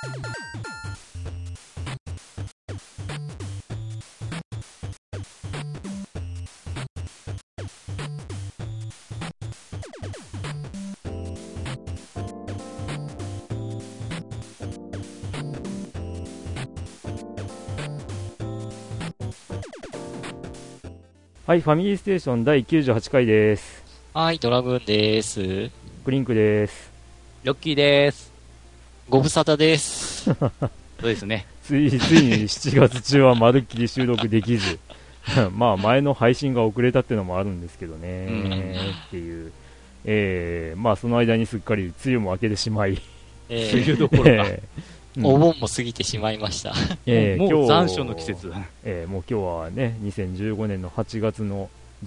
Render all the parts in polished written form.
はい、ファミリーステーション第98回です。 はい、ドラグーンです。 クリンクです。 ロッキーです。 ご無沙汰です。 そうですね。 ついに7月中はまるっきり収録できずまあ前の配信が遅れたっていうのもあるんですけどね、っていう、まあその間にすっかり梅雨も明けてしまい、 梅雨どころか、 お盆も過ぎてしまいました。 もう残暑の季節だ。 もう今日はね、2015年の8月の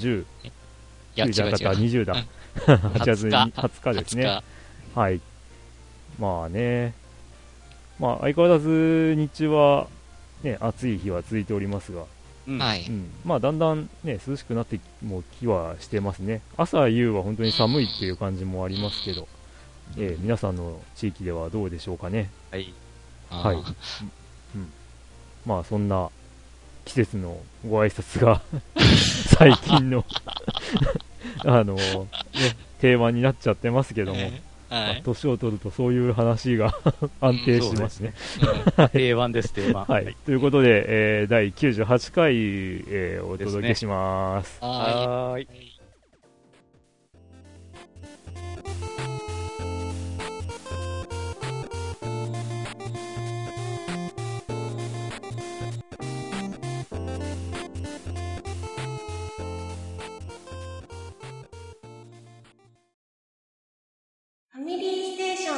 10、20だ。8月20日ですね。はい。まあね、まあ相変わらず日中はね、暑い日は続いておりますが、まあだんだんね、涼しくなっても気はしてますね。朝夕は本当に寒いっていう感じもありますけど、皆さんの地域ではどうでしょうかね。 はい。 はい。まあそんな季節のご挨拶が最近の定番になっちゃってますけども、年を取るとそういう話が安定しますね。 定番です、定番。 はい。ということで、第98回、お届けします。 はい。 ファミリーステーション。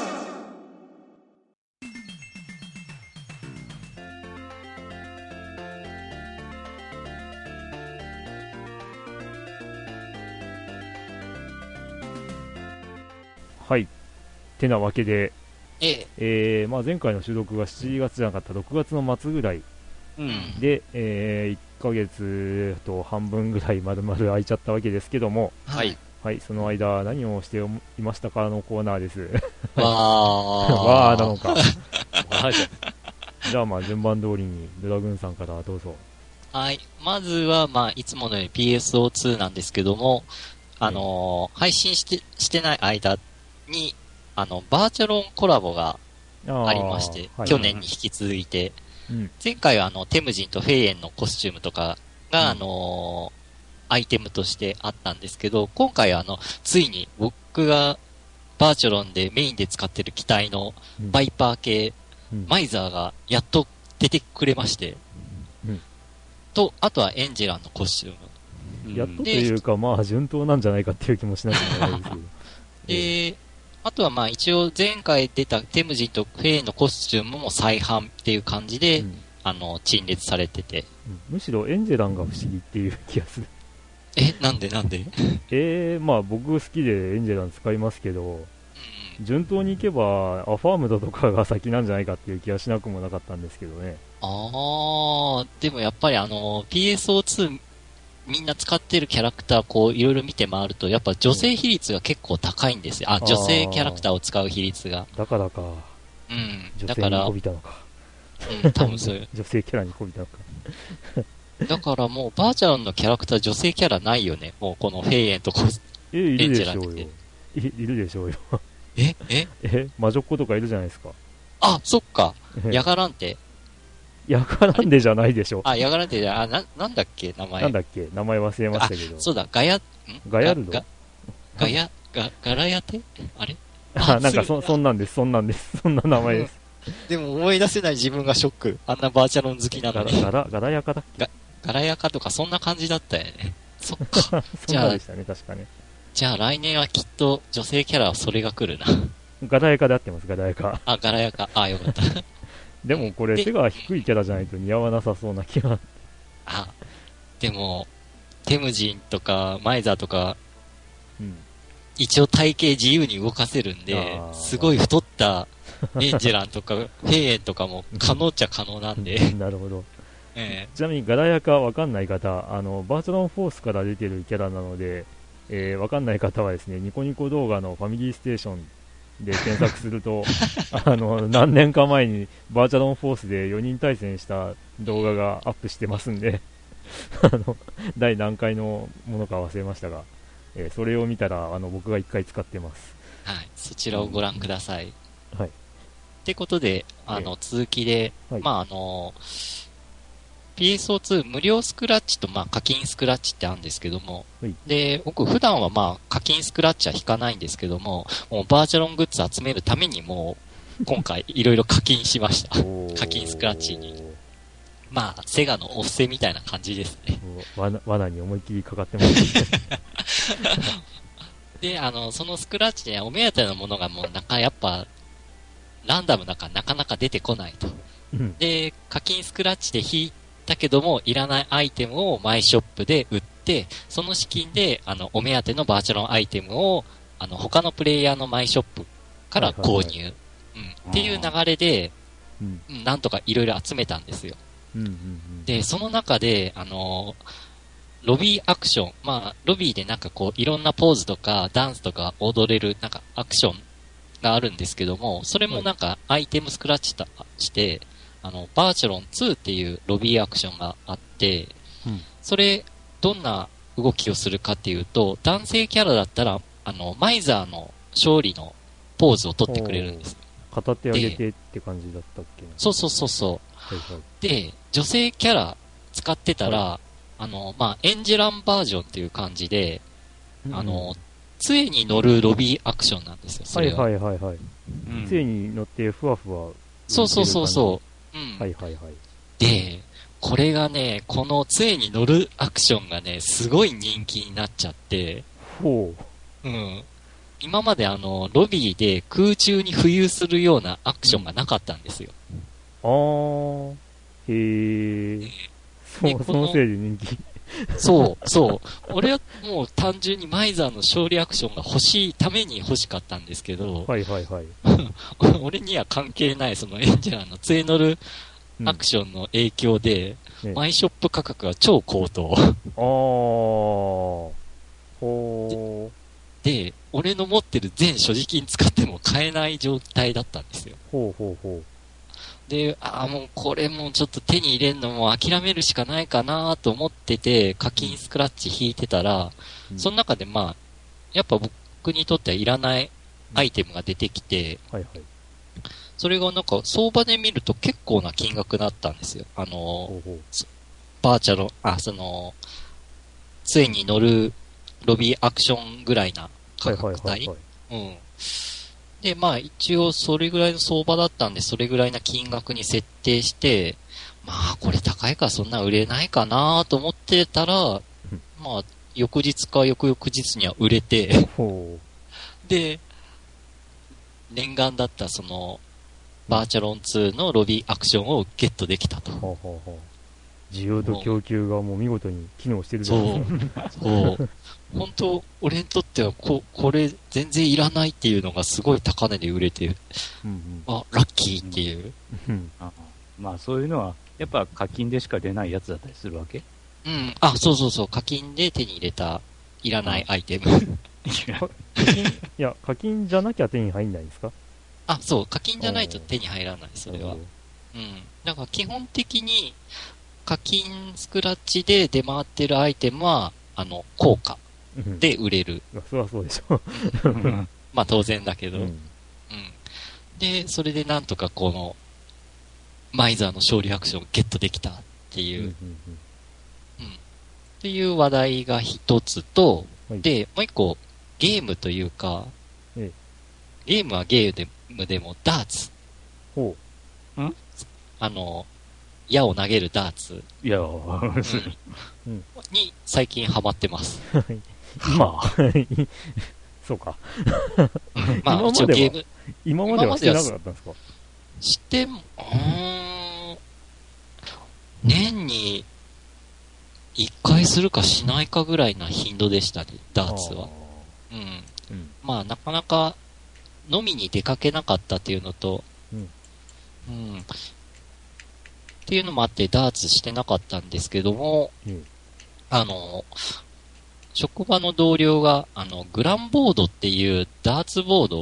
はい。てなわけで、まあ、前回の収録が7月じゃなかった6月の末ぐらいで、1ヶ月と半分ぐらい丸々空いちゃったわけですけども、 はい。 はい、その間何をしていましたかのコーナーです。 わーなのか。じゃあまあ順番通りにドラグーンさんからどうぞ。 はい。まずは、まあ、いつものように PSO2 なんですけども、配信してない間に、バーチャロンコラボがありまして、去年に引き続いて、前回はテムジンとフェイエンのコスチュームとかが、アイテムとしてあったんですけど、今回はついに僕がバーチャロンでメインで使ってる機体のバイパー系、マイザーがやっと出てくれまして、と、あとはエンジェランのコスチューム。 やっとというか、まあ順当なんじゃないかっていう気もしなくもないですけど。 あとはまあ一応前回出たテムジンとフェイエンのコスチュームも再販っていう感じで、陳列されてて、 むしろエンジェランが不思議っていう気がする。 なんでまあ僕好きでエンジェラン使いますけど、順当にいけばアファームドとかが先なんじゃないかっていう気はしなくもなかったんですけどね。 でもやっぱりPSO2 みんな使ってるキャラクターこういろいろ見て回ると、やっぱ女性比率が結構高いんですよ。女性キャラクターを使う比率が。 だからか。女性にこびたのか。 多分そういう。 女性キャラにこびたのか。 だからもうバーチャルのキャラクター女性キャラないよね。もうこのフェイエンとエンジェランって。 いるでしょうよ。魔女っ子とかいるじゃないですか。 あ、そっか。ヤガランテ。 ヤガランテじゃないでしょ。 ヤガランテじゃ、なんだっけ、名前。 なんだっけ、名前忘れましたけど。 そうだ、 ガヤルドガラヤテあれなんかそんなんです。そんな名前です。 でも思い出せない自分がショック。あんなバーチャル好きなのに。 ガラヤカだっけ？ ガラヤカとかそんな感じだったよね。そっか。 じゃあ、でしたね、確かね。 じゃあ来年はきっと女性キャラはそれが来るな。 ガラヤカで合ってます、ガラヤカ。 ガラヤカ。よかった。 でもこれ背が低いキャラじゃないと似合わなさそうな気が。 でも、テムジンとかマイザーとか、一応体型自由に動かせるんで、すごい太ったエンジェランとかフェイエンとかも可能っちゃ可能なんで。 なるほど。ちなみにガラヤカわかんない方、バーチャロンフォースから出てるキャラなので、わかんない方はですね、ニコニコ動画のファミリーステーションで検索すると、何年か前にバーチャロンフォースで4人対戦した動画がアップしてますんで、第何回のものか忘れましたが、それを見たら、僕が1回使ってます。 はい。そちらをご覧ください。 はい。 ってことで、続きで、 はい、 まあ、PSO2 無料スクラッチと、まあ、課金スクラッチってあるんですけども、 はい、 で、僕普段はまあ、課金スクラッチは引かないんですけども、もうバーチャロングッズ集めるためにもう、今回いろいろ課金しました。課金スクラッチに。まあ、セガのお布施みたいな感じですね。 罠に思いっきりかかってますね。 で、そのスクラッチでお目当てのものがもうやっぱ、ランダムだからなかなか出てこないと。で、課金スクラッチで引いだけども、いらないアイテムをマイショップで売って、その資金で、お目当てのバーチャロンアイテムを、他のプレイヤーのマイショップから購入。っていう流れで、なんとかいろいろ集めたんですよ。で、その中で、ロビーアクション、まあ、ロビーでなんかこう、いろんなポーズとか、ダンスとか踊れる、なんかアクションがあるんですけども、それもなんか、アイテムスクラッチして、バーチャロン2っていうロビーアクションがあって、それ、どんな動きをするかっていうと、男性キャラだったら、マイザーの勝利のポーズを取ってくれるんです。 片手上げてって感じだったっけな。 そう。で、女性キャラ使ってたら、まあ、エンジェランバージョンっていう感じで、杖に乗るロビーアクションなんですよ、それは。 杖に乗ってふわふわ。 そう。で、これがね、この杖に乗るアクションがね、すごい人気になっちゃって、今までロビーで空中に浮遊するようなアクションがなかったんですよ。 そのせいで人気。 そう。俺はもう単純にマイザーの勝利アクションが欲しいために欲しかったんですけど、俺には関係ないそのエンジェラーの杖乗るアクションの影響で、マイショップ価格が超高騰。で、俺の持ってる全所持金使っても買えない状態だったんですよ。で、もうこれもちょっと手に入れるのも諦めるしかないかなと思ってて、課金スクラッチ引いてたら、その中でまあ、やっぱ僕にとってはいらないアイテムが出てきて、それがなんか相場で見ると結構な金額だったんですよ。バーチャル、杖に乗るロビーアクションぐらいな価格帯。で、まあ一応それぐらいの相場だったんで、それぐらいな金額に設定して、まあこれ高いからそんな売れないかなと思ってたら、まあ翌日か翌々日には売れて、で、念願だったその、バーチャロン2のロビーアクションをゲットできたと。 需要と供給がもう見事に機能してるじゃないですか。 そう。本当、俺にとってはこれ全然いらないっていうのがすごい高値で売れて、ラッキーっていう。 まあそういうのは、やっぱ課金でしか出ないやつだったりするわけ？ そう。課金で手に入れたいらないアイテム。 課金じゃなきゃ手に入んないんですか？ そう、課金じゃないと手に入らない、それは。だから基本的に課金スクラッチで出回ってるアイテムは、効果で売れる。 そりゃそうでしょ。 まあ当然だけど。で、それでなんとかこの、マイザーの勝利アクションをゲットできたっていう、っていう話題が一つと、で、もう一個、ゲームというか、ゲームはゲームでもダーツ。矢を投げるダーツ。に最近ハマってます。 そうか。 まあ、一応ゲーム。 今まではしてなかったんですか？ しても、年に1回するかしないかぐらいな頻度でしたね、ダーツは。まあ、なかなか飲みに出かけなかったっていうのと、っていうのもあってダーツしてなかったんですけども、職場の同僚が、グランボードっていうダーツボードを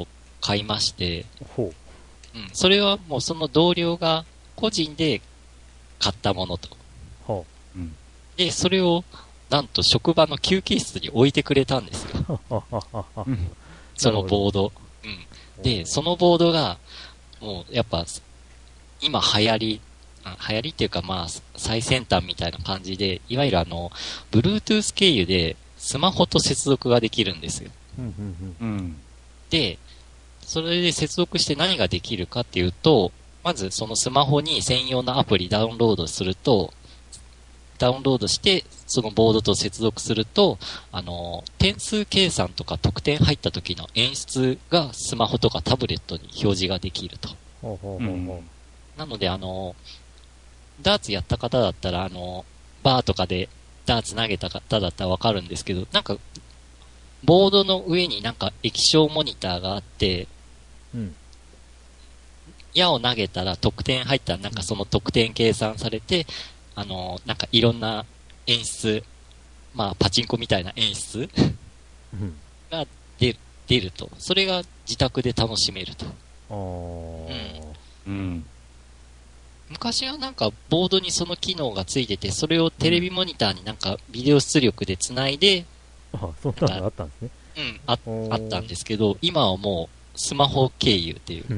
買いまして、 ほうん、それはもうその同僚が個人で買ったものと。 う。はうん。 で、それを、なんと職場の休憩室に置いてくれたんですよ。 あ。はははは。 そのボード。うん。で、そのボードが、もうやっぱ、今流行りっていうかまあ、最先端みたいな感じで、いわゆるBluetooth 経由でスマホと接続ができるんですよ。 うんうんうん。 で、それで接続して何ができるかっていうと、まずそのスマホに専用のアプリダウンロードすると、ダウンロードして、そのボードと接続すると、点数計算とか得点入った時の演出がスマホとかタブレットに表示ができると。 ほうほうほうほう。 なので、ダーツやった方だったら、バーとかでダーツ投げた方だったらわかるんですけど、なんか、ボードの上になんか液晶モニターがあって、 うん。 矢を投げたら得点入ったらなんかその得点計算されて、なんかいろんな演出、まあパチンコみたいな演出うん。 が出ると。それが自宅で楽しめると。 あー。 うん。 昔はなんかボードにその機能がついてて、それをテレビモニターになんかビデオ出力で繋いで、 あ、そんなのがあったんですね。 あったんですけど、今はもうスマホ経由っていう。 うん。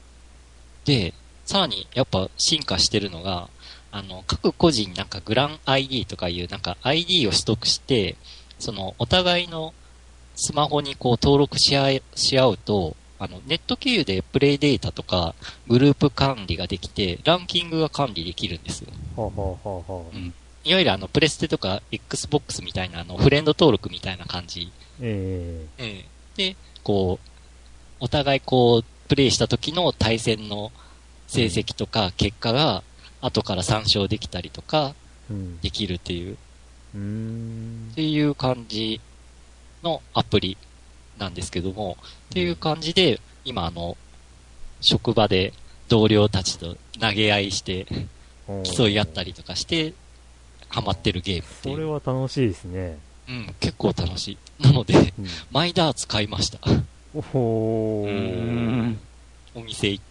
で、さらにやっぱ進化してるのが、各個人なんかグラン ID とかいうなんか ID を取得して、そのお互いのスマホにこう登録し合うと、ネット経由でプレイデータとかグループ管理ができて、ランキングが管理できるんですよ。 はあ、はあはあはあ、 うん。いわゆるプレステとか Xbox みたいなフレンド登録みたいな感じ。で、こう、お互いこう、プレイした時の対戦の成績とか結果が後から参照できたりとかできるっていう、っていう感じのアプリなんですけども、っていう感じで今職場で同僚たちと投げ合いして競い合ったりとかしてハマってるゲームっていう。 それは楽しいですね。 うん、結構楽しい。なので、マイダーツ買いました。 おほー。 お店行って。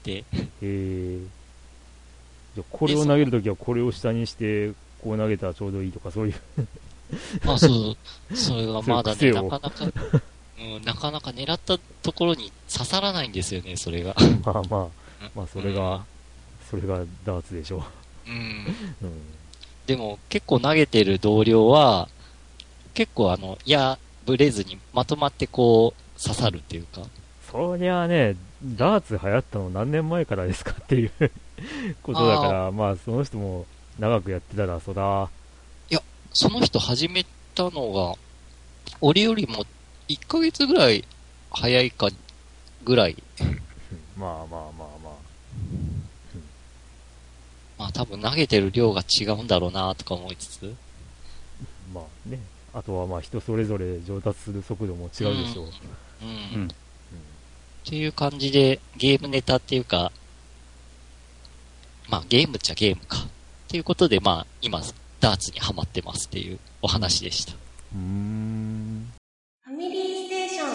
じゃこれを投げるときはこれを下にして、こう投げたらちょうどいいとか、そういう。 まあそう、それがまだね、なかなか、なかなか狙ったところに刺さらないんですよね、それが。 まあまあ、まあそれがダーツでしょう。 でも結構投げてる同僚は、結構ぶれずにまとまってこう刺さるっていうか。 そりゃあね、ダーツ流行ったの何年前からですかっていうことだから、まあその人も長くやってたら、そら。 いや、その人始めたのが、俺よりも1ヶ月ぐらい早いかぐらい。 まあまあまあまあ。 まあ多分投げてる量が違うんだろうなとか思いつつ。 まあね。あとはまあ人それぞれ上達する速度も違うでしょう。 っていう感じでゲームネタっていうか、まあゲームっちゃゲームか。っていうことでまあ今ダーツにハマってますっていうお話でした。 ファミリーステーション。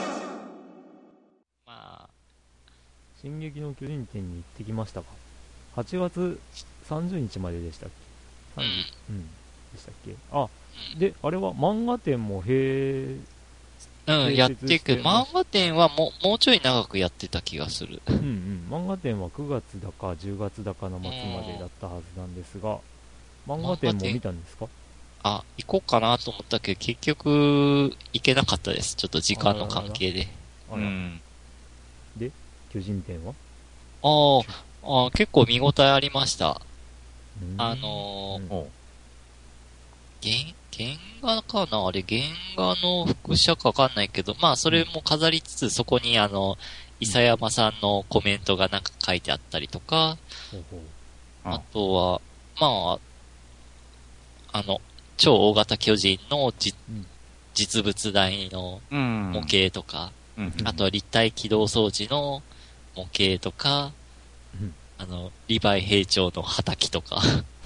まあ、進撃の巨人展に行ってきましたか。8月30日まででしたっけ。でしたっけ。あ、で、あれは漫画展もやっていく。漫画展はもうちょい長くやってた気がする。 漫画展は9月だか10月だかの末までだったはずなんですが、漫画展も見たんですか？ 行こうかなと思ったけど、結局、行けなかったです。ちょっと時間の関係で。 で、巨人展は？ 結構見応えありました。原画かなあれ、原画の複写かわかんないけど、まあ、それも飾りつつ、そこに伊佐山さんのコメントがなんか書いてあったりとか、あとは、まあ、超大型巨人の実物大の模型とか、あとは立体起動装置の模型とか、リヴァイ兵長の畑とか。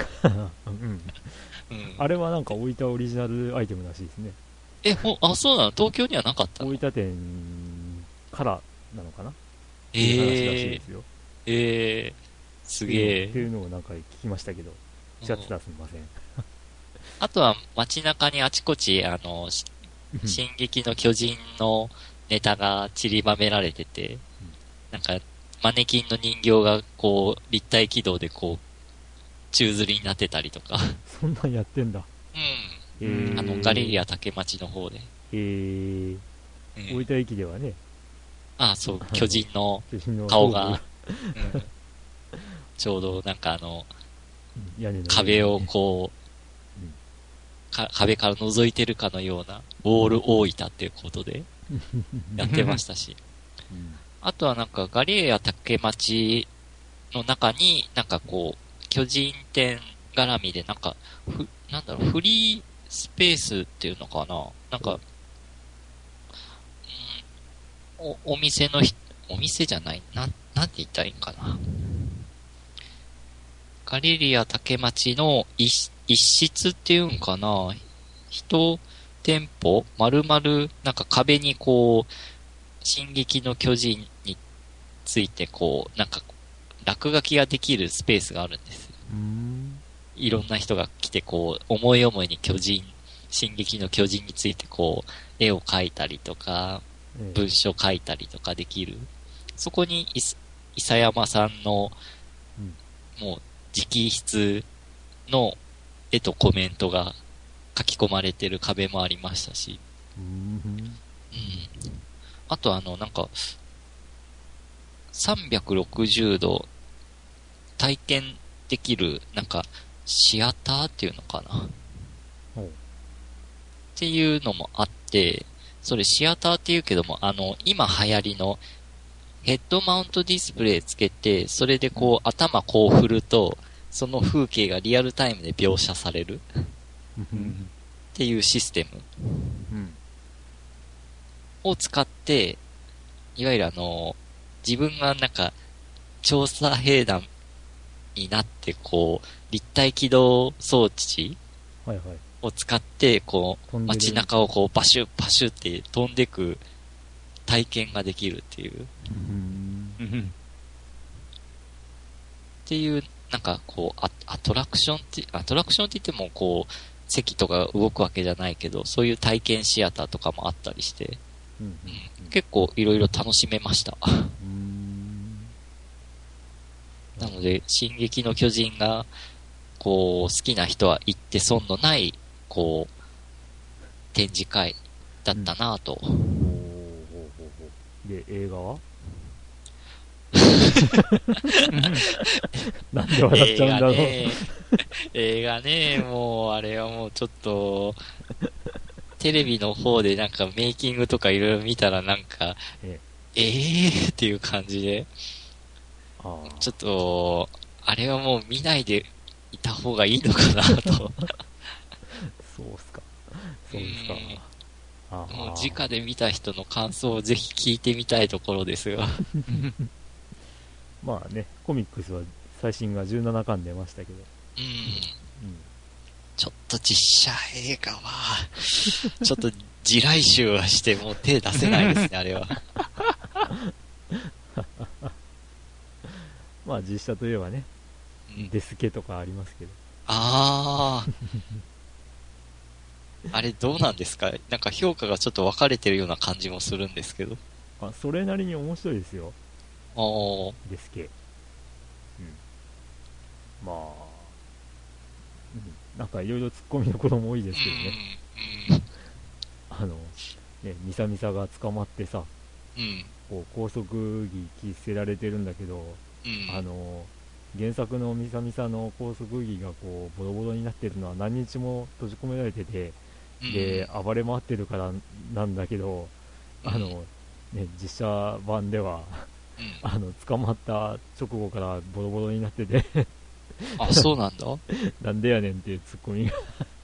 あれはなんか大分オリジナルアイテムらしいですね。 そうなの？東京にはなかったの？ 大分店からなのかな。 っていう話らしいですよ。 すげえ。 っていうのをなんか聞きましたけど、違ってたらすみません。 あとは街中にあちこち、進撃の巨人のネタが散りばめられてて、なんか、マネキンの人形がこう、立体軌道でこう、宙吊りになってたりとか。 そんなんやってんだ。 ガレリア竹町の方で。 大分駅ではね。 そう、巨人の顔が、ちょうどなんか壁をこう、壁から覗いてるかのような、ウォール大分っていうことで、やってましたし。あとはなんか、ガレリア竹町の中に、なんかこう、巨人店絡みで、なんか、フリースペースっていうのかな、なんか、お店じゃない、なんて言ったらいいんかな。ガレリア竹町の一室っていうんかな、一店舗丸々、なんか壁にこう、進撃の巨人についてこう、なんか、落書きができるスペースがあるんです。いろんな人が来てこう、思い思いに進撃の巨人についてこう、絵を描いたりとか、文章書いたりとかできる。そこに、伊佐山さんの、もう、直筆の絵とコメントが書き込まれてる壁もありましたし。あとなんか、360度体験できる、なんか、シアターっていうのかな。っていうのもあって、それシアターって言うけども、今流行りのヘッドマウントディスプレイつけて、それでこう頭こう振ると、その風景がリアルタイムで描写されるっていうシステムを使って、いわゆる自分がなんか調査兵団になってこう、立体起動装置を使って、こう、街中をこう、バシュッバシュッって飛んでく体験ができるっていう。っていう、なんかこう、アトラクションって言ってもこう、席とか動くわけじゃないけど、そういう体験シアターとかもあったりして、結構いろいろ楽しめました。なので、進撃の巨人が、こう、好きな人は行って損のない、こう、展示会だったなぁと。 で、映画はなんで笑っちゃうんだろう。 映画ね、もう、あれはもうちょっと、テレビの方でなんかメイキングとかいろいろ見たらなんか、っていう感じで、ちょっと、あれはもう見ないでいた方がいいのかなと。 そうっすか。 もう直で見た人の感想をぜひ聞いてみたいところですが。 まあね、コミックスは最新が17巻出ましたけど。 ちょっと実写映画は、ちょっと地雷臭はしてもう手出せないですね、あれは。 まあ実写といえばね、デスケとかありますけど。 あれどうなんですか？なんか評価がちょっと分かれてるような感じもするんですけど。 それなりに面白いですよ。デスケ。まあ、なんかいろいろ突っ込みどころも多いですけどね。ミサミサが捕まってさ、こう高速着着せられてるんだけど、原作のミサミサの高速着がこうボロボロになってるのは何日も閉じ込められてて、で暴れ回ってるからなんだけど、実写版では捕まった直後からボロボロになっててそうなんだ。 なんでやねんっていうツッコミが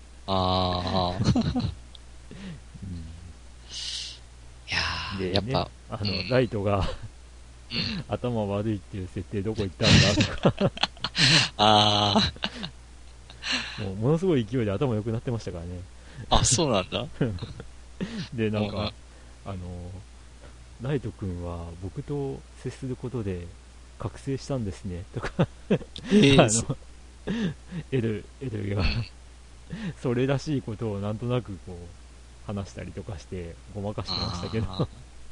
いやー、 で、 やっぱ、 ライトが頭悪いっていう設定どこ行ったんだとかものすごい勢いで頭良くなってましたからね。 そうなんだ。 で、なんか、 ライト君は僕と接することで覚醒したんですねとかエルがそれらしいことをなんとなくこう話したりとかしてごまかしてましたけど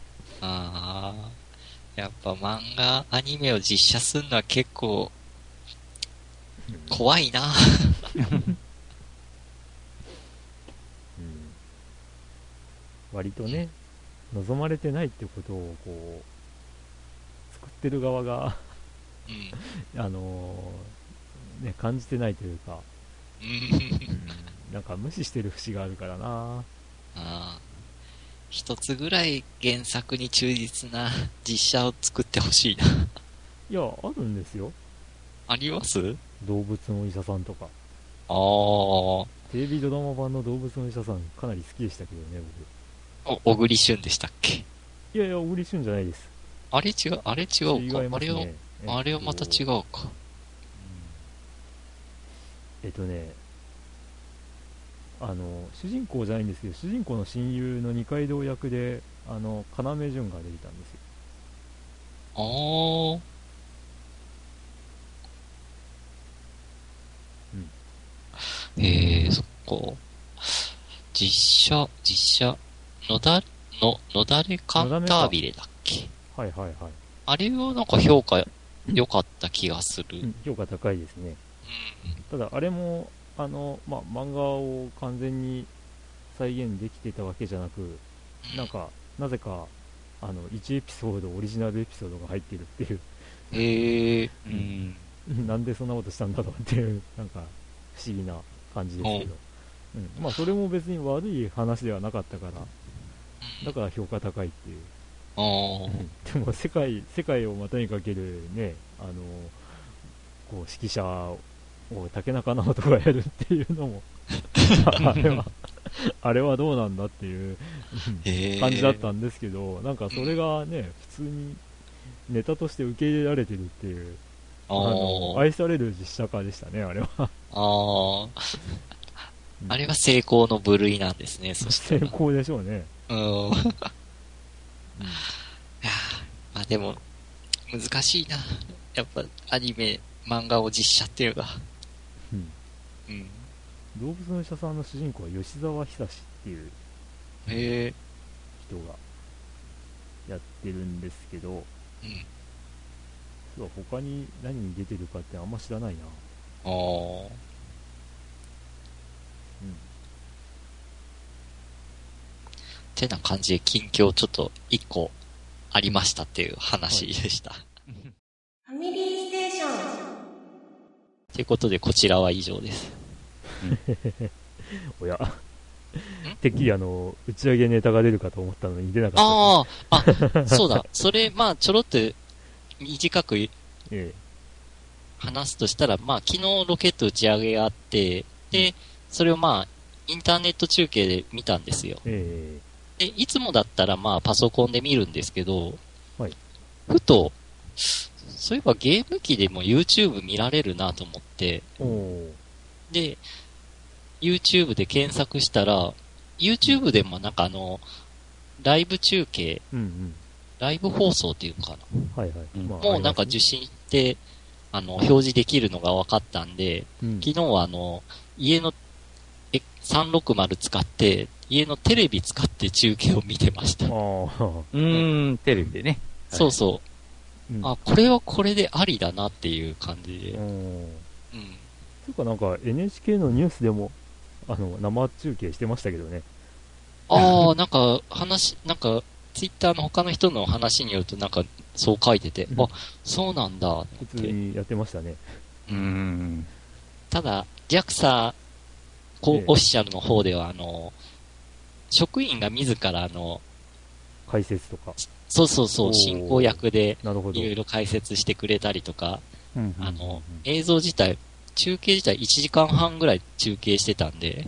やっぱ漫画アニメを実写するのは結構怖いな割とね望まれてないってことをこう作ってる側がね、感じてないというか、なんか無視してる節があるからな。 一つぐらい原作に忠実な実写を作ってほしいな。 いや、あるんですよ。 あります？ 動物のお医者さんとか。テレビドラマ版の動物のお医者さんかなり好きでしたけどね、 僕。小栗旬でしたっけ？ いやいや、小栗旬じゃないです。 あれ違うか。 違いますね。 あれはまた違うか。 主人公じゃないんですけど、主人公の親友の二階堂役で、要潤が出てたんですよ。 そっか。実写、のだれカンタービレだっけ？ はいはいはい。 あれはなんか評価良かった気がする。 評価高いですね。ただ、あれも、漫画を完全に再現できてたわけじゃなく、なぜか、1エピソード、オリジナルエピソードが入っているっていう。なんでそんなことしたんだろうっていう、なんか、不思議な感じですけど。それも別に悪い話ではなかったから、だから評価高いっていう。でも世界を股にかけるね、こう指揮者を竹中直人がやるっていうのもあれはどうなんだっていう感じだったんですけど、なんかそれがね、普通にネタとして受け入れられてるっていう、愛される実写化でしたね、あれは。 あれは成功の部類なんですね、そして成功でしょうね。 まあでも、難しいな。やっぱアニメ、漫画を実写っていうのが。 動物の医者さんの主人公は吉沢久志っていう人がやってるんですけど、他に何に出てるかってあんま知らないな。 てな感じで近況ちょっと一個ありましたっていう話でした。 ファミリーステーション。 ということでこちらは以上です。 おや、てっきり打ち上げネタが出るかと思ったのに出なかった。 そうだ。それ、ちょろっと短く話すとしたら、昨日ロケット打ち上げがあって、で、それをインターネット中継で見たんですよ。で、いつもだったらパソコンで見るんですけど、ふと、そういえばゲーム機でも YouTube 見られるなと思って、で、YouTube で検索したら、YouTube でもライブ中継、ライブ放送っていうのかな。もう受信して、表示できるのが分かったんで、昨日は家の360使って、家のテレビ使って中継を見てました。 テレビでね。 そうそう。これはこれでありだなっていう感じで。 というかNHK のニュースでも、生中継してましたけどね。 ツイッターの他の人の話によるとそう書いてて、そうなんだ。 普通にやってましたね。 ただ、JAXA、オフィシャルの方では、職員が自ら解説とか。 そう、進行役で、いろいろ解説してくれたりとか、映像自体、中継自体1時間半ぐらい中継してたんで、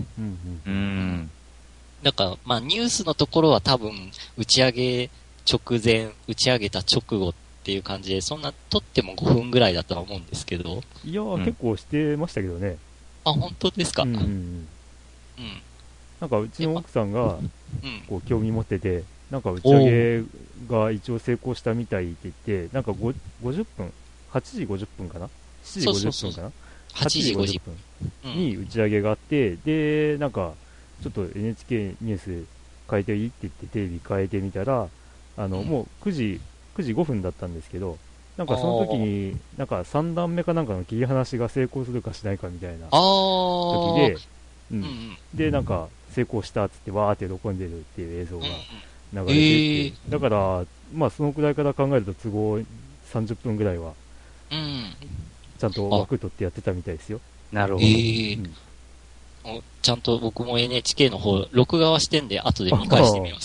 ニュースのところは多分、打ち上げ直前、打ち上げた直後っていう感じで、そんな撮っても5分ぐらいだとは思うんですけど。 いや結構してましたけどね。 本当ですか？うちの奥さんが、興味持ってて、 なんか打ち上げが一応成功したみたいって言って、なんか50分、8時50分かな ?7 時50分かな 8時50分に打ち上げがあって、で、なんか、ちょっと NHK ニュース変えていいって言ってテレビ変えてみたら、もう9時5分だったんですけど、なんかその時に、なんか3段目かなんかの切り離しが成功するかしないかみたいな時で、で、なんか成功したっつってわーって喜んでるっていう映像が流れてて、だから、まあそのくらいから考えると都合30分ぐらいは、ちゃんと枠取ってやってたみたいですよ。 なるほど。 ちゃんと僕も NHK の方、録画はしてんで、後で見返してみます。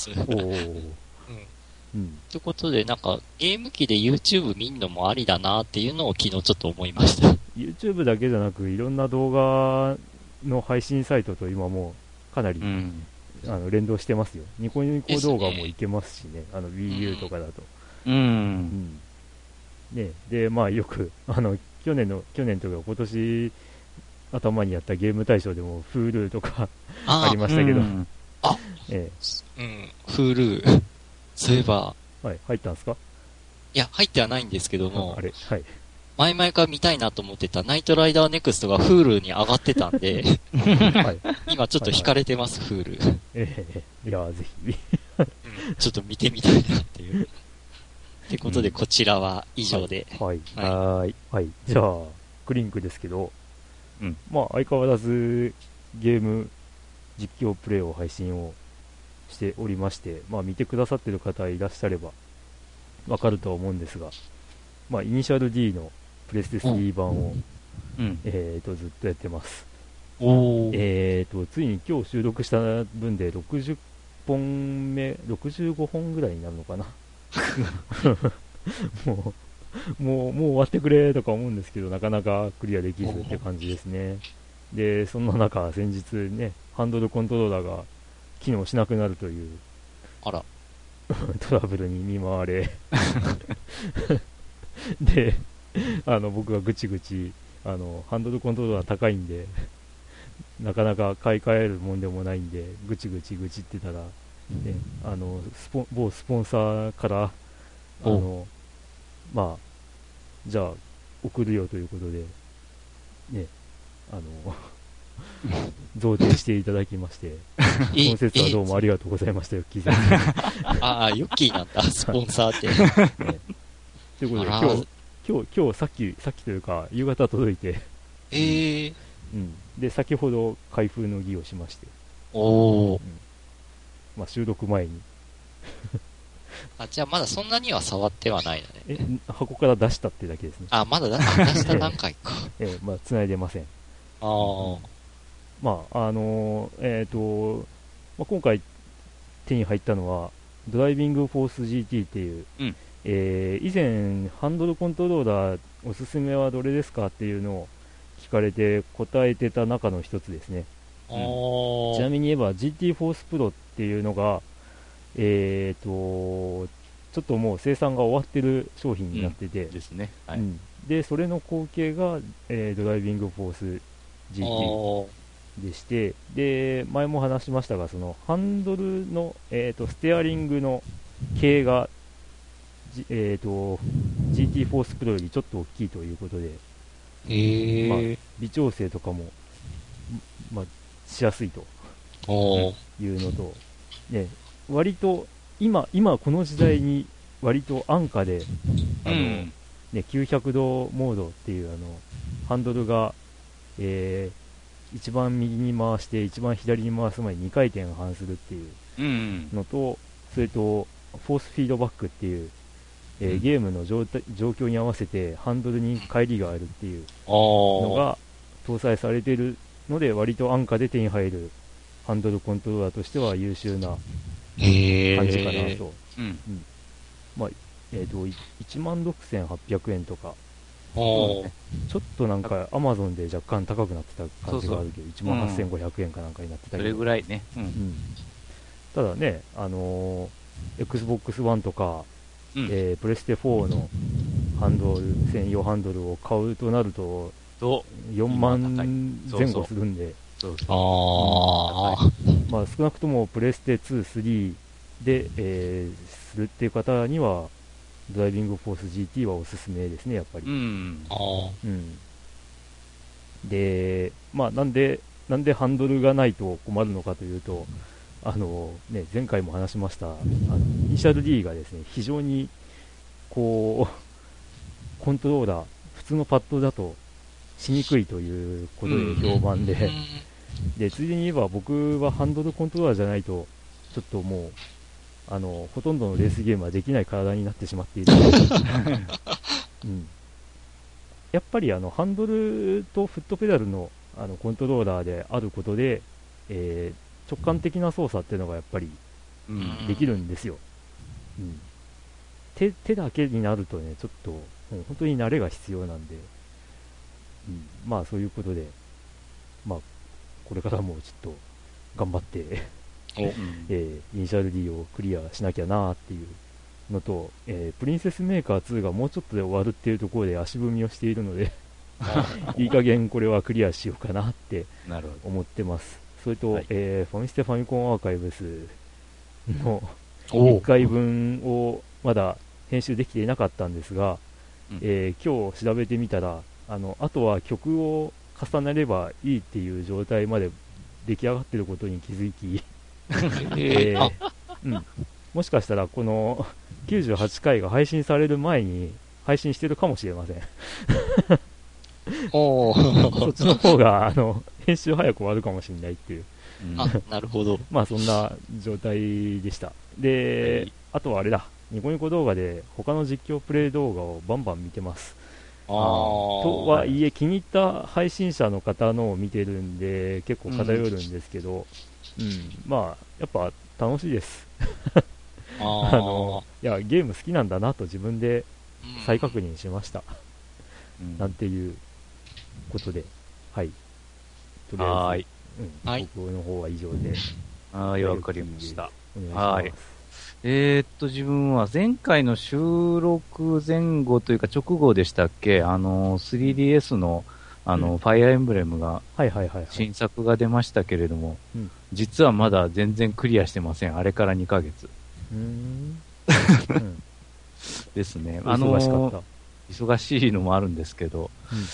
ということで、なんか、ゲーム機で YouTube 見んのもありだなっていうのを昨日ちょっと思いました。 YouTube だけじゃなく、いろんな動画の配信サイトと今もうかなり、連動してますよ。ニコニコ動画もいけますしね、Wii U とかだと。ね、で、まあよく、去年というか今年頭にやったゲーム大賞でも Hulu とかありましたけど。 Hulu。そういえば。 はい、入ったんですか？ いや、入ってはないんですけども。 あれ、はい。 前々から見たいなと思ってたナイトライダーネクストが Hulu に上がってたんで、今ちょっと惹かれてます、Hulu。 いや、ぜひ。 ちょっと見てみたいなっていう。ってことで、こちらは以上で。 はい。じゃあ、クリンクですけど、まあ、相変わらずゲーム実況プレイを配信をしておりまして、まあ、見てくださってる方いらっしゃればわかるとは思うんですが、まあ、イニシャル D のプレステ3版を、ずっとやってます。ついに今日収録した分で60本目、65本ぐらいになるのかな。もう終わってくれとか思うんですけど、なかなかクリアできずって感じですね。で、そんな中、先日ね、ハンドルコントローラーが機能しなくなるというトラブルに見舞われで、僕がぐちぐちハンドルコントローラー高いんでなかなか買い替えるもんでもないんでぐちぐちってたら、ね、某スポンサーからまあじゃあ送るよということでね贈呈していただきまして、今節はどうもありがとうございましたよ、キーさん。 ヨッキーなんだ、スポンサーって。 ということで、今日さっきというか、夕方届いて、で、先ほど開封の儀をしまして、まあ、収録前に。 じゃあまだそんなには触ってはないのね。 箱から出したってだけですね。 まだ出した段階か。 まあ、繋いでません。まあ今回手に入ったのはドライビングフォース GT っていう、以前ハンドルコントローラーおすすめはどれですかっていうのを聞かれて答えてた中の一つですね。ちなみに言えば GT フォースプロっていうのがちょっともう生産が終わってる商品になってて、 ですね。 でそれの後継が、ドライビングフォース GTでして、で前も話しましたが、そのハンドルの、ステアリングの径が、GT フォースプロよりちょっと大きいということで、まあ、微調整とかも、まあ、しやすいというのと、ね、割と今この時代に割と安価で、900度モードっていうハンドルが、一番右に回して一番左に回す前に2回転半するっていうのと、それとフォースフィードバックっていう、ゲームの状況に合わせてハンドルに乖離があるっていうのが搭載されているので、割と安価で手に入るハンドルコントローラーとしては優秀な感じかなと。まあ16,800円とか、ちょっとなんかアマゾンで若干高くなってた感じがあるけど、18,500円かなんかになってたけど、 それぐらいね。 ただね、Xbox One とか、プレステ4のハンドル、専用ハンドルを買うとなると、4万前後するんで、まあ少なくともプレステ2、3 で、するっていう方には、ドライビングフォース GT はおすすめですね、やっぱり。うん。で、まあ、なんでハンドルがないと困るのかというと、前回も話しました、イニシャル D がですね、非常に、こう、コントローラー、普通のパッドだとしにくいということで評判で、で、ついでに言えば僕はハンドルコントローラーじゃないと、ちょっともう、ほとんどのレースゲームはできない体になってしまっている、うん、やっぱりハンドルとフットペダルの、コントローラーであることで、直感的な操作っていうのがやっぱりできるんですよ、うん、手だけになるとね、ちょっともう本当に慣れが必要なんで、まあそういうことで、まあ、これからもちょっと頑張ってイニシャル D をクリアしなきゃなっていうのと、プリンセスメーカー2がもうちょっとで終わるっていうところで足踏みをしているのでいい加減これはクリアしようかなって思ってます。それと、ファミステファミコンアーカイブスの1回分をまだ編集できていなかったんですが、今日調べてみたら、あとは曲を重ねればいいっていう状態まで出来上がっていることに気づきもしかしたらこの98回が配信される前に配信してるかもしれませんそっちの方が編集早く終わるかもしれないっていう、 なるほどまあそんな状態でした。で、あとはあれだ、ニコニコ動画で他の実況プレイ動画をバンバン見てます。とはいえ気に入った配信者の方のを見てるんで結構偏るんですけど、まあやっぱ楽しいですいやゲーム好きなんだなと自分で再確認しました、なんていうことで、はい、とりあえず、僕の方は以上で。 わかりました。 お願いします。 自分は前回の収録前後というか直後でしたっけ、3DS のファイアーエンブレムが新作が出ましたけれども、実はまだ全然クリアしてません。あれから2ヶ月。ですね。 忙しかった。 忙しいのもあるんですけど、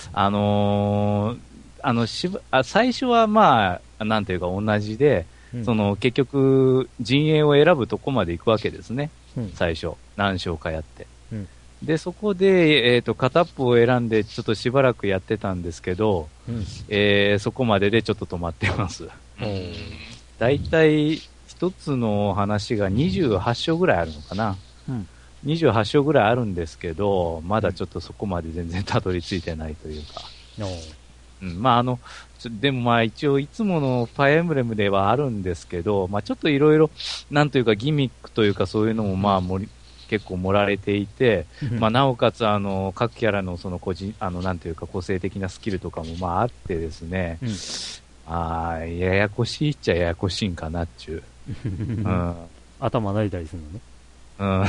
最初はまあ、なんていうか同じで、結局、陣営を選ぶとこまで行くわけですね。最初。何章かやって。で、そこで、片っぽを選んで、ちょっとしばらくやってたんですけど、そこまででちょっと止まってます。だいたい一つの話が28章ぐらいあるのかな。28章ぐらいあるんですけど、まだちょっとそこまで全然たどり着いてないというか。まあでもまあ一応いつものファイアエンブレムではあるんですけど、まあちょっといろいろ、なんというかギミックというかそういうのもまあ結構盛られていて、まあなおかつ各キャラのそのなんというか個性的なスキルとかもまああってですね、ややこしいっちゃややこしいんかなっちゅう。 頭泣いたりするのね。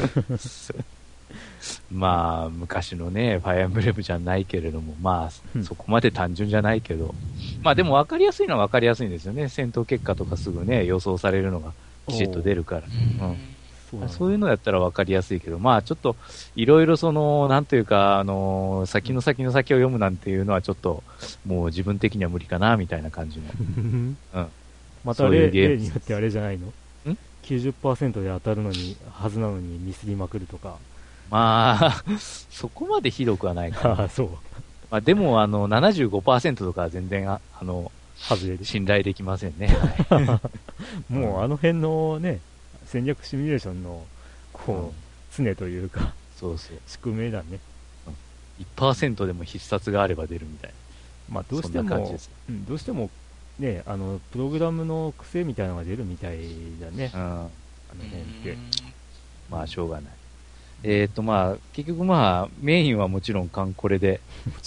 まあ、昔のね、ファイアーエンブレムじゃないけれども、まあ、そこまで単純じゃないけど、まあでも分かりやすいのは分かりやすいんですよね。戦闘結果とかすぐね、予想されるのがきちっと出るから。そういうのやったら分かりやすいけど、まあちょっと、いろいろなんというか、先の先の先を読むなんていうのはちょっと、もう自分的には無理かな、みたいな感じの。 また例によってあれじゃないの？90% で当たるはずなのにミスりまくるとか。 まあ、そこまでひどくはないかな。 そう。 まあでも、75% とかは全然、 外れる。 信頼できませんね。 もうあの辺のね、戦略シミュレーションの、常というか、宿命だね。 1% でも必殺があれば出るみたいな。 まあどうしても、ね、プログラムの癖みたいなのが出るみたいだね。あの辺って。 まあ、しょうがない。まあ、結局まあ、メインはもちろんこれで、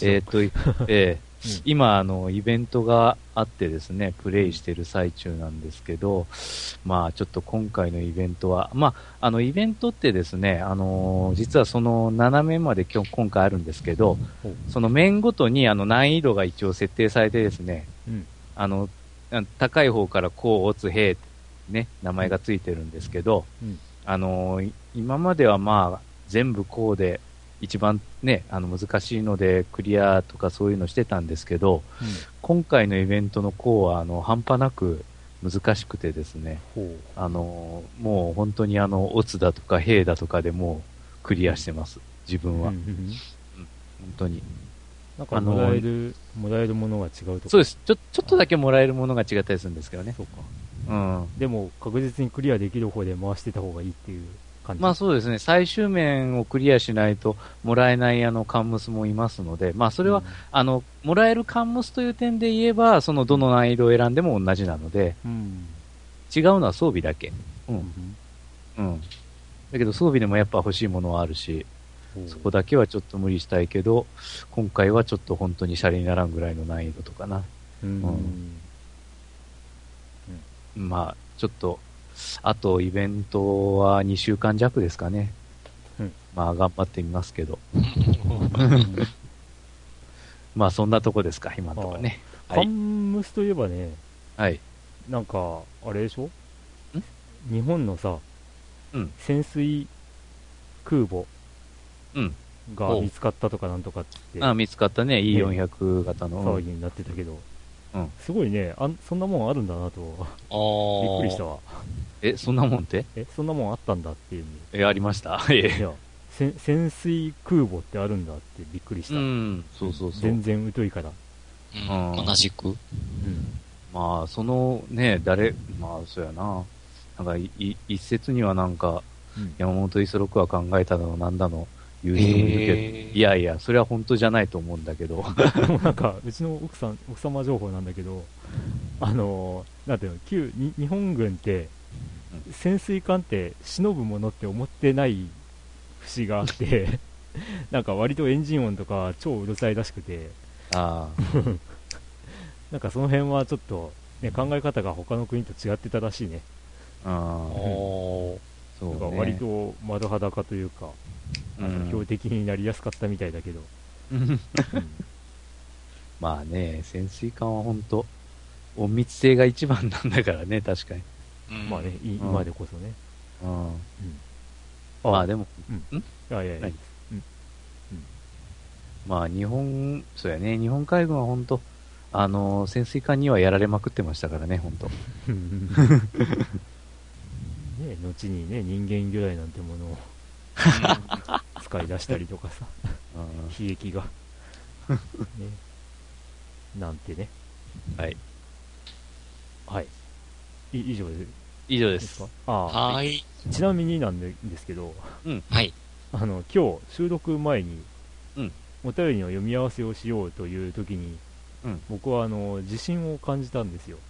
今、イベントがあってですね、プレイしてる最中なんですけど、まあ、ちょっと今回のイベントは、まあ、イベントってですね、実はその7面まで今回あるんですけど、その面ごとに難易度が一応設定されてですね、高い方からこう、打つ、兵、 ね、名前がついてるんですけど、今まではまあ、全部こうで、一番ね、難しいのでクリアとかそういうのしてたんですけど、今回のイベントのこうは半端なく難しくてですね、もう本当にオツだとか兵だとかでもうクリアしてます、自分は。本当に。 なんかもらえるものが違うとか。 そうです。ちょっとだけもらえるものが違ったりするんですけどね。 そうか。でも確実にクリアできる方で回してた方がいいっていう感じ。 まあそうですね。最終面をクリアしないともらえないカンムスもいますので、まあそれは、もらえるカンムスという点で言えば、そのどの難易度を選んでも同じなので、違うのは装備だけ。だけど装備でもやっぱ欲しいものはあるし、そこだけはちょっと無理したいけど、今回はちょっと本当にシャレにならんぐらいの難易度とかな。まあ、ちょっと、あとイベントは2週間弱ですかね。まあ、頑張ってみますけど。まあ、そんなとこですか、今のところね。 カンムスといえばね、なんか、あれでしょ？日本のさ、潜水空母が見つかったとかなんとかって。 見つかったね、E400 型の。 騒ぎになってたけど。すごいね、そんなもんあるんだなと。びっくりしたわ。 そんなもんってそんなもんあったんだっていう。 ありました。 いや、潜水空母ってあるんだってびっくりした。 そう。 全然疎いから。 同じく。 まあ、そのね、まあ、そうやな。なんか、一説にはなんか、山本五十六は考えたのなんだの、言う人もいるけど、いやいや、それは本当じゃないと思うんだけど。 でもなんか、うちの奥様情報なんだけど、なんていうの、日本軍って、潜水艦って忍ぶものって思ってない節があって、なんか割とエンジン音とか超うるさいらしくて、なんかその辺はちょっと、ね、考え方が他の国と違ってたらしいね。そうね、割と丸裸というか、標的になりやすかったみたいだけど。 まあね、潜水艦は本当隠密性が一番なんだからね、確かに。 まあね、今でこそね。 まあでも、まあ日本、そうやね、日本海軍は本当潜水艦にはやられまくってましたからね、本当。 ね、後にね、人間魚雷なんてものを使い出したりとかさ、悲劇が、ね、なんてね。以上で。 以上ですか？ はい。 ちなみになんですけど、今日収録前に、お便りの読み合わせをしようという時に、僕は自信を感じたんですよ。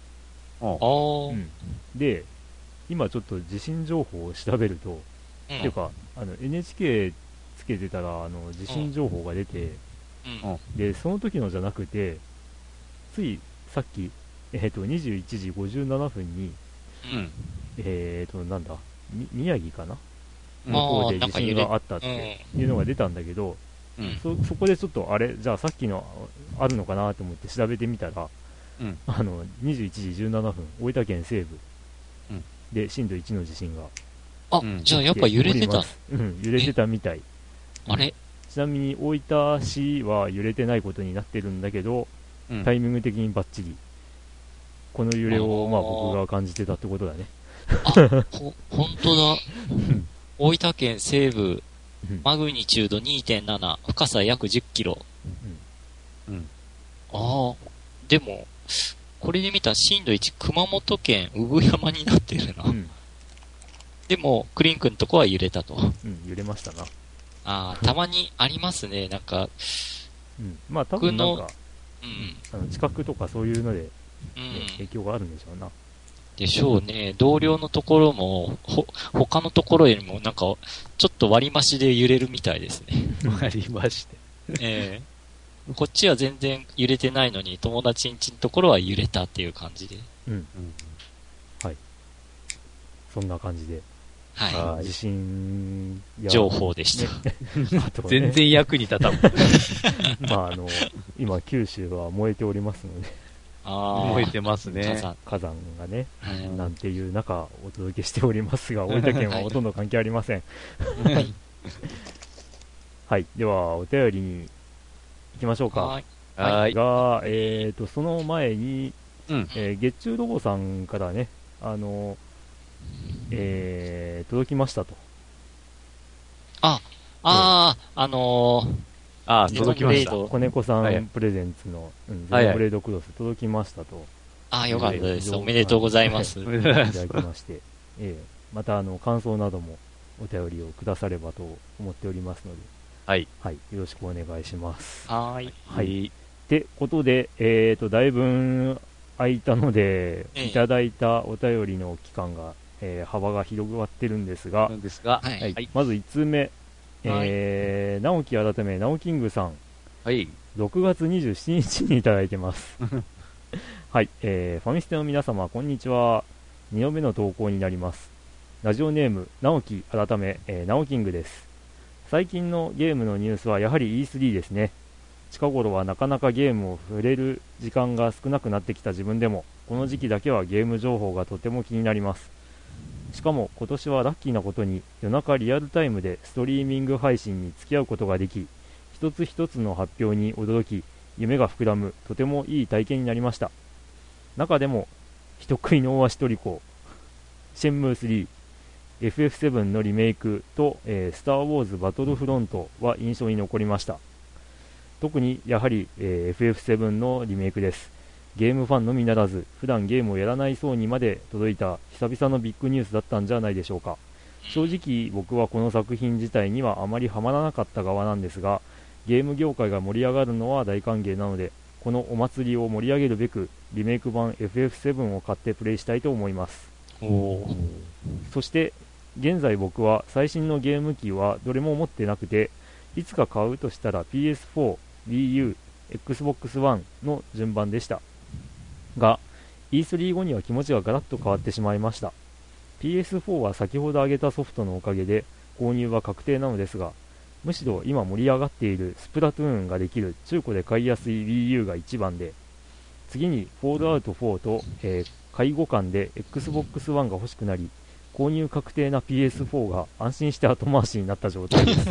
で、今ちょっと地震情報を調べると、っていうかNHK つけてたら地震情報が出て、でその時のじゃなくて、ついさっき21時57分に、なんだ、宮城かなの方で地震があったっていうのが出たんだけど、そこでちょっとじゃあさっきのあるのかなと思って調べてみたら、21時17分、大分県西部で震度1の地震が。 じゃあやっぱ揺れてた。 揺れてたみたい。 あれ？ ちなみに大分市は揺れてないことになってるんだけど、タイミング的にバッチリこの揺れを僕が感じてたってことだね。 本当だ。大分県西部、マグニチュード 2.7、深さ約10キロ。でも、これで見た震度1、熊本県産山になってるな。でも、クリン君のとこは揺れたと。 揺れましたな。 たまにありますね、なんか。 まあ多分なんか、近くとかそういうので、影響があるんでしょうな。 でしょうね。同僚のところも、他のところよりもなんか、ちょっと割り増しで揺れるみたいですね。 割り増しで。こっちは全然揺れてないのに、友達ん家のところは揺れたっていう感じで。 はい。そんな感じで。 はい。 地震情報でした。 全然役に立たん。 今、九州は燃えておりますので。 燃えてますね。 火山がね、なんていう中お届けしておりますが、大分県はほとんど関係ありません。はい、ではお便りに行きましょうか。 はい。 が、その前に、月中ロボさんからね、届きましたと。 届きました。 子猫さんプレゼンツの、ゼノブレードクロス届きましたと。 よかったです。おめでとうございます。 いただきまして、また感想などもお便りをくださればと思っておりますので、 はい。 はい、よろしくお願いします。 はい。 ってことで、だいぶ空いたので、いただいたお便りの期間が、幅が広がってるんですが、まず1通目、直樹改め、直キングさん。 はい。 6月27日にいただいてます。はい、ファミステの皆様、こんにちは。2度目の投稿になります。ラジオネーム、直樹改め、直キングです。最近のゲームのニュースはやはり E3 ですね。近頃はなかなかゲームを触れる時間が少なくなってきた自分でも、この時期だけはゲーム情報がとても気になります。しかも今年はラッキーなことに夜中リアルタイムでストリーミング配信に付き合うことができ、一つ一つの発表に驚き、夢が膨らむとてもいい体験になりました。中でも人食いの大足トリコ、シェンムー 3、FF7 のリメイクと、スターウォーズバトルフロントは印象に残りました。特にやはり、FF7 のリメイクです。ゲームファンのみならず普段ゲームをやらない層にまで届いた久々のビッグニュースだったんじゃないでしょうか。正直僕はこの作品自体にはあまりハマらなかった側なんですが、ゲーム業界が盛り上がるのは大歓迎なので、このお祭りを盛り上げるべくリメイク版 FF7 を買ってプレイしたいと思います。そして現在僕は最新のゲーム機はどれも持ってなくて、いつか買うとしたら PS4、Wii U、Xbox One の順番でしたが、 E3 後には気持ちがガラッと変わってしまいました。 PS4 は先ほど挙げたソフトのおかげで購入は確定なのですが、むしろ今盛り上がっているスプラトゥーンができる中古で買いやすい Wii U が一番で、次にフォールアウト4と、介護官で Xbox One が欲しくなり、購入確定な PS4 が安心して後回しになった状態です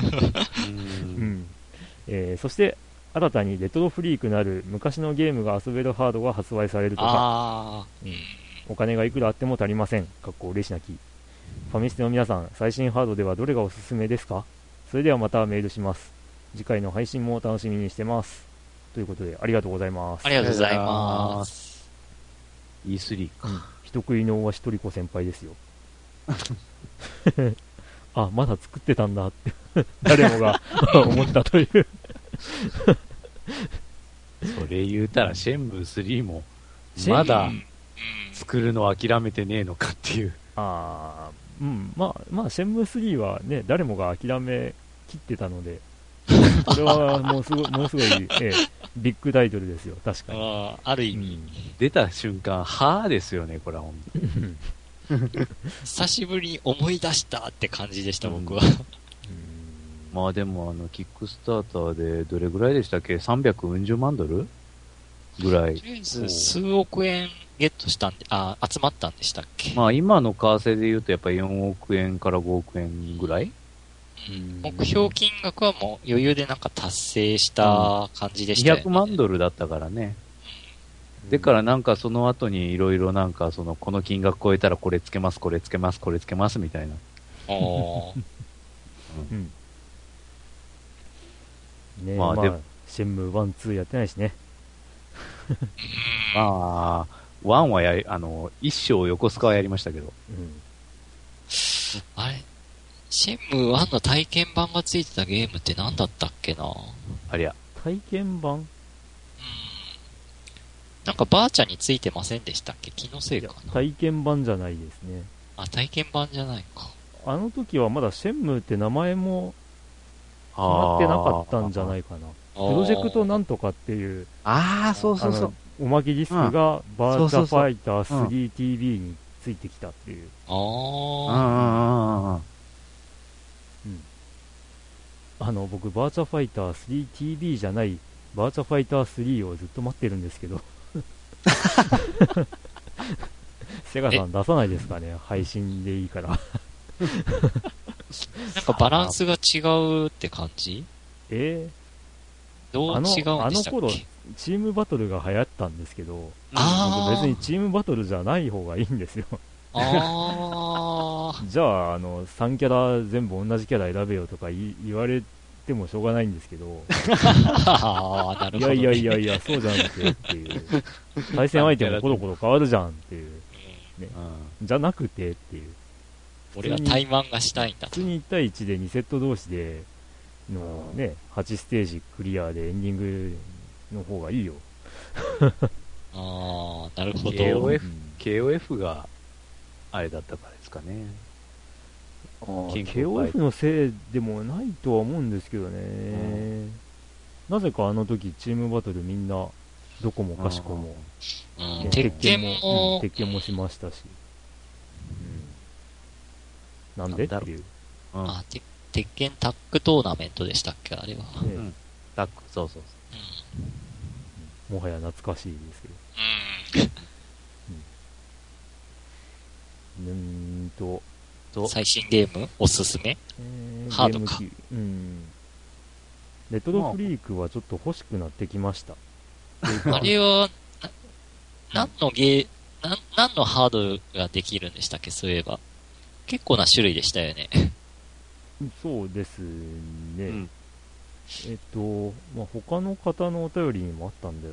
そして新たにレトロフリークなる昔のゲームが遊べるハードが発売されるとか、お金がいくらあっても足りません。かっこ嬉し泣き。ファミステの皆さん、最新ハードではどれがおすすめですか？それではまたメールします。次回の配信も楽しみにしてます。ということで、ありがとうございます。 ありがとうございます。 E3 か。 人食いの大足トリコ先輩ですよ。あ、まだ作ってたんだって誰もが思ったというそれ言うたらシェンムー3もまだ作るの諦めてねえのかっていう。 まあシェンムー3はね、誰もが諦めきってたので、これはもうすごい、ビッグタイトルですよ、確かに。 ある意味、 出た瞬間、はぁですよね、これは本当に。 久しぶりに思い出したって感じでした、僕は。 まあでもキックスターターでどれぐらいでしたっけ、340万ドルぐらい。 とりあえず数億円ゲットしたんで、集まったんでしたっけ。 まあ今の為替で言うとやっぱり4億円から5億円ぐらい、 目標金額はもう余裕でなんか達成した感じでしたよね。 200万ドルだったからね。だからなんかその後にいろいろなんかこの金額超えたらこれつけます、これつけます、これつけますみたいな。 まあでも、シェンムー1、2やってないしね。 まあ、1は一生横須賀はやりましたけど。 あれシェンムー1の体験版がついてたゲームって何だったっけな。 ありゃ。 体験版？ なんかバーチャについてませんでしたっけ？気のせいかな。 体験版じゃないですね。 体験版じゃないか。 あの時はまだシェンムーって名前も決まってなかったんじゃないかな。プロジェクトなんとかっていう、 そうそうそう。 おまけディスクがバーチャファイター 3TV についてきたっていう。僕バーチャファイター 3TV じゃないバーチャファイター3をずっと待ってるんですけどセガさん出さないですかね、配信でいいから。 なんかバランスが違うって感じ？どう違うんでしたっけ？ あの頃、チームバトルが流行ったんですけど、 僕別にチームバトルじゃない方がいいんですよ。 ああ。 じゃあ、3キャラ全部同じキャラ選べよとか言われてもしょうがないんですけど、 ああ、なるほど、ね。 いやいや、そうじゃなくてっていう。対戦相手もコロコロ変わるじゃんっていう。ね、じゃなくてっていう。 俺は対マンがしたいんだと。 普通に1対1で2セット同士でのね、8ステージクリアでエンディングの方がいいよ。 ああ、なるほど。 KOF があれだったからですかね。 KOF のせいでもないとは思うんですけどね。なぜかあの時チームバトルみんなどこもかしこも、 鉄拳も、 鉄拳もしましたし、なんでっていう。 鉄拳タッグトーナメントでしたっけあれは。 タッグ、そう。 もはや懐かしいですけど。 最新ゲームおすすめ？ハードか。 レトロフリークはちょっと欲しくなってきました。 あれは、何のハードができるんでしたっけそういえば。結構な種類でしたよね。 そうですね。他の方のお便りにもあったんだよ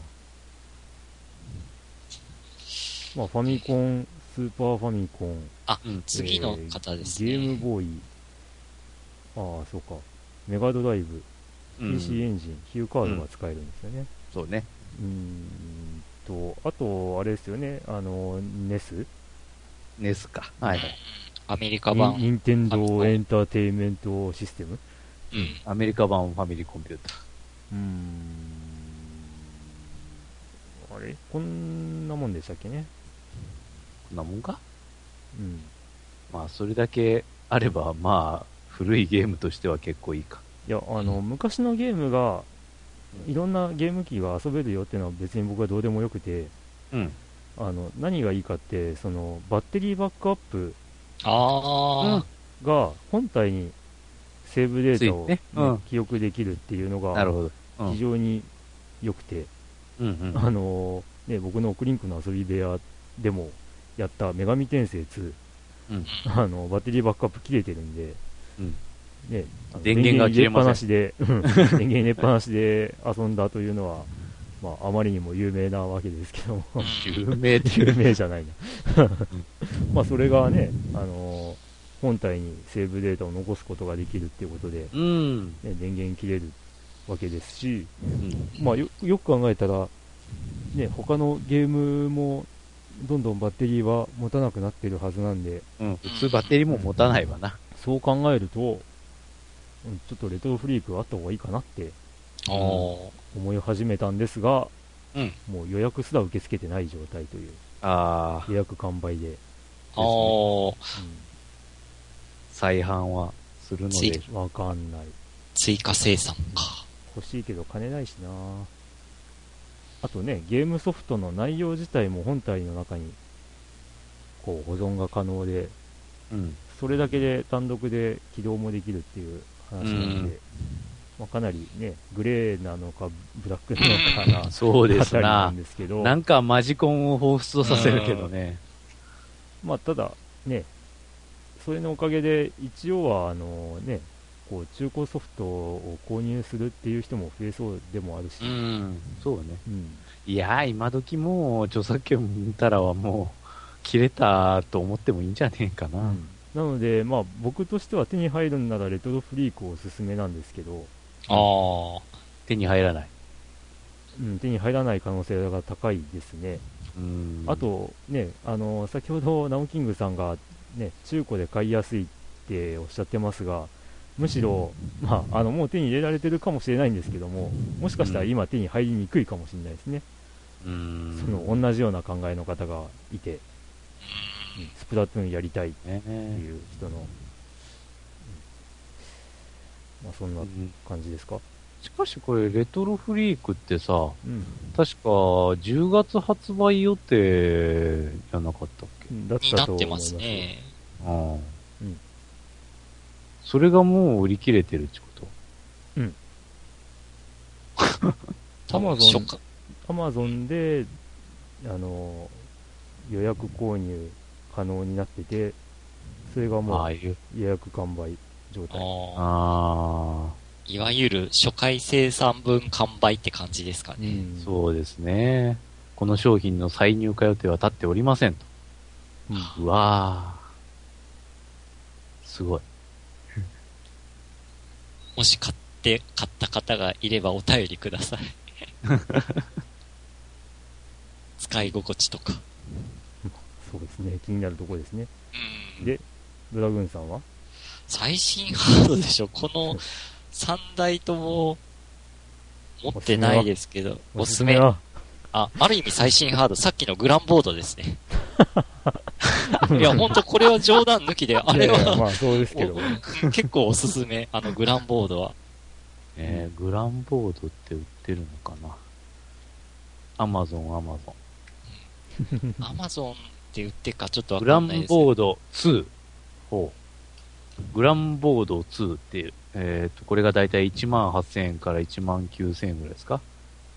な。ファミコン、スーパーファミコン。 次の方ですね。 ゲームボーイ。そうか。メガドライブ。PC エンジン、ヒューカードが使えるんですよね。 そうね。 あと、あれですよね。NES？ NES か。はい。 アメリカ版。 任天堂エンターテインメントシステム？ アメリカ版ファミリーコンピューター。あれこんなもんでしたっけね。 こんなもんか？それだけあれば、古いゲームとしては結構いいか。 いや、昔のゲームが、いろんなゲーム機が遊べるよっていうのは別に僕はどうでもよくて、何がいいかって、バッテリーバックアップが本体にセーブデータを、記憶できるっていうのが非常に良くて、僕のクリンクの遊び部屋でもやった女神転生2、バッテリーバックアップ切れてるんで、 電源が切れません。 電源入れっぱなしで遊んだというのは、あまりにも有名なわけですけども有名じゃないなそれがね、本体にセーブデータを残すことができるっていうことで、電源切れるわけですし、よく考えたら、他のゲームもどんどんバッテリーは持たなくなってるはずなんで、 普通バッテリーも持たないわな。 そう考えると、ちょっとレトロフリークあった方がいいかなって思い始めたんですが、もう予約すら受け付けてない状態という、予約完売で、 再販はするのでわかんない。 追加生産か。 欲しいけど金ないしな。あとね、ゲームソフトの内容自体も本体の中にこう保存が可能で、それだけで単独で起動もできるっていう話なので、かなりね、グレーなのかブラックなのかなそうですな。 なんですけど、 なんかマジコンを彷彿とさせるけどね。 ただね、それのおかげで一応はこう中古ソフトを購入するっていう人も増えそうでもあるし、 そうね。いやー、今時もう著作権見たらはもう切れたと思ってもいいんじゃねえかな。 なので、僕としては手に入るんならレトロフリークおすすめなんですけど、 手に入らない。 手に入らない可能性が高いですね。あとね、先ほどナオキングさんがね、中古で買いやすいっておっしゃってますが、むしろ、もう手に入れられてるかもしれないんですけども、もしかしたら今手に入りにくいかもしれないですね。同じような考えの方がいて、スプラトゥーンやりたいっていう人の、そんな感じですか。 しかしこれ、レトロフリークってさ、確か10月発売予定じゃなかったっけ？ だったと思います。になってますね。 ああ。うん。それがもう売り切れてるってこと？うん。 アマゾンで、予約購入可能になってて、それがもう予約完売状態。 いわゆる初回生産分完売って感じですかね。 そうですね。この商品の再入荷予定は立っておりませんと。うわー。すごい。 もし買った方がいればお便りください。使い心地とか。 そうですね。気になるところですね。で、ドラグーンさんは？ 最新ハードでしょ。この3台とも持ってないですけど、おすすめ。ある意味最新ハード、さっきのグランボードですね。いや、ほんとこれは冗談抜きで、あれは、 まあそうですけど、 結構おすすめ、グランボードは。 グランボードって売ってるのかな？アマゾン。 アマゾンって売ってるかちょっとわかんないです。 グランボード2。グランボード2っていう、これがだいたい18,000円から19,000円ぐらいですか？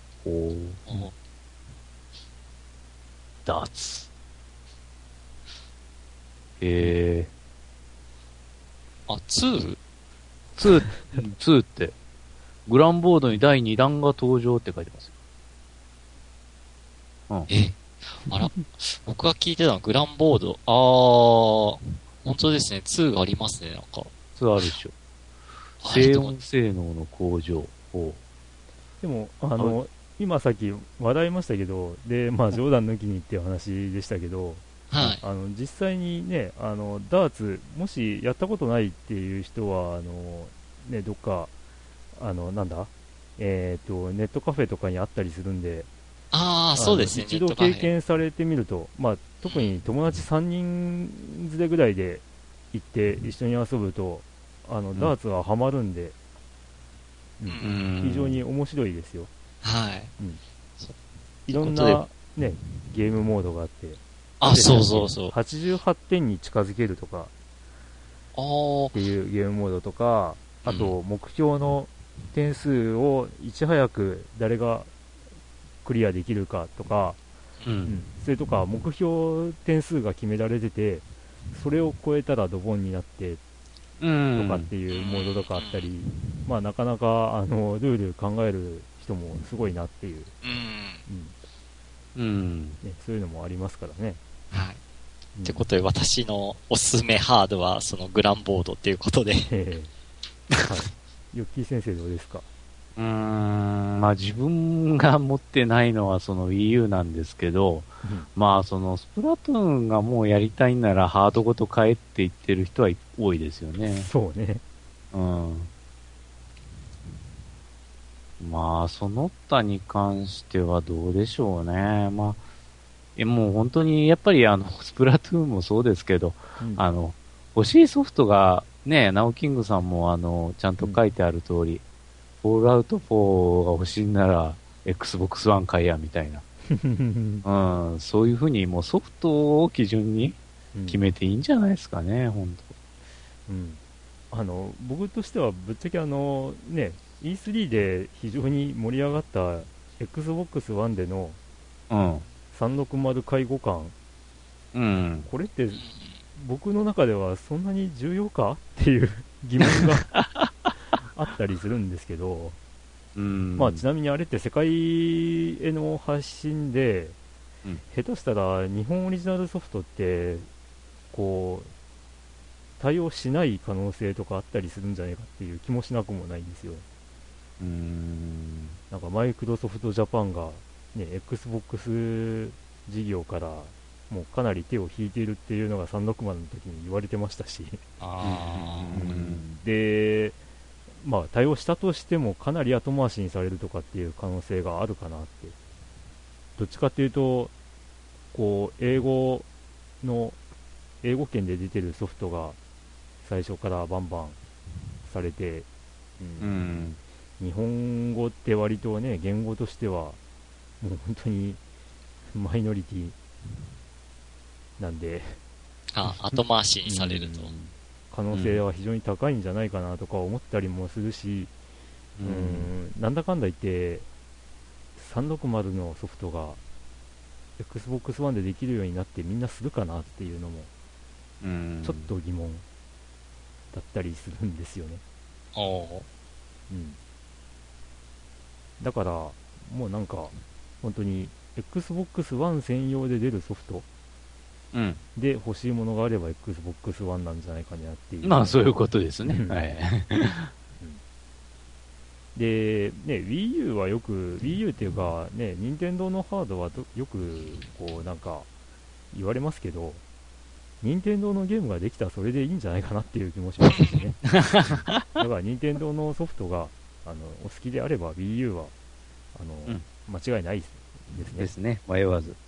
ダーツ。2 って、グランボードに第2弾が登場って書いてますよ。あら、僕が聞いてたのはグランボード。本当ですね。2がありますね、なんか。 2あるでしょ。静音性能の向上。 でも、今さっき話題ましたけど、で、まあ冗談抜きにっていう話でしたけど、 はい。 実際にね、ダーツ、もしやったことないっていう人は、ね、どっか、なんだ、ネットカフェとかにあったりするんで、 そうですね。 一度経験されてみると、まあ、特に友達3人連れぐらいで行って一緒に遊ぶと、ダーツはハマるんで、非常に面白いですよ。 はい。 いろんな、ね、ゲームモードがあって、 そう。 88点に近づけるとか、っていうゲームモードとか、あと、目標の点数をいち早く誰がクリアできるかとか、それとか目標点数が決められてて、それを超えたらドボンになってとかっていうモードとかあったり、まあなかなかルール考える人もすごいなっていう、そういうのもありますからね。 はい。ってことで私のおすすめハードはそのグランボードっていうことで。はい。 ヨッキー先生どうですか？ まあ自分が持ってないのはその Wii U なんですけど、まあそのスプラトゥーンがもうやりたいならハードごと買えって言ってる人は多いですよね。 そうね。 まあその他に関してはどうでしょうね。まあ、もう本当にやっぱりスプラトゥーンもそうですけど、欲しいソフトがね、ナオキングさんもちゃんと書いてある通り、フォールアウト4が欲しいなら Xbox One 買えやみたいな、そういうふうにもうソフトを基準に決めていいんじゃないですかね、本当。僕としてはぶっちゃけね、E3 で非常に盛り上がった Xbox One での360介護感、これって僕の中ではそんなに重要かっていう疑問があったりするんですけど、まあちなみにあれって世界への発信で、下手したら日本オリジナルソフトってこう対応しない可能性とかあったりするんじゃないかっていう気もしなくもないんですよ。なんかマイクロソフトジャパンが、ね、Xbox 事業からもうかなり手を引いているっていうのが360の時に言われてましたしで、まあ、対応したとしてもかなり後回しにされるとかっていう可能性があるかなって。どっちかっていうとこう英語圏で出てるソフトが最初からバンバンされて、 日本語って割とね、言語としては、もう本当にマイノリティなんで、 後回しにされると。 可能性は非常に高いんじゃないかなとか思ったりもするし、なんだかんだ言って、360のソフトが Xbox One でできるようになってみんなするかなっていうのも、ちょっと疑問だったりするんですよね。だから、もうなんか、本当に Xbox One 専用で出るソフト、で欲しいものがあれば Xbox One なんじゃないかなっていう。 まあそういうことですね。はい。 で、ね、Wii U はよく、Wii U っていうか、ね、任天堂のハードはよく、こう、なんか、言われますけど、任天堂のゲームができたらそれでいいんじゃないかなっていう気もしますしね。だから任天堂のソフトが、お好きであれば Wii U は、間違いないですね。 ですね、迷わず。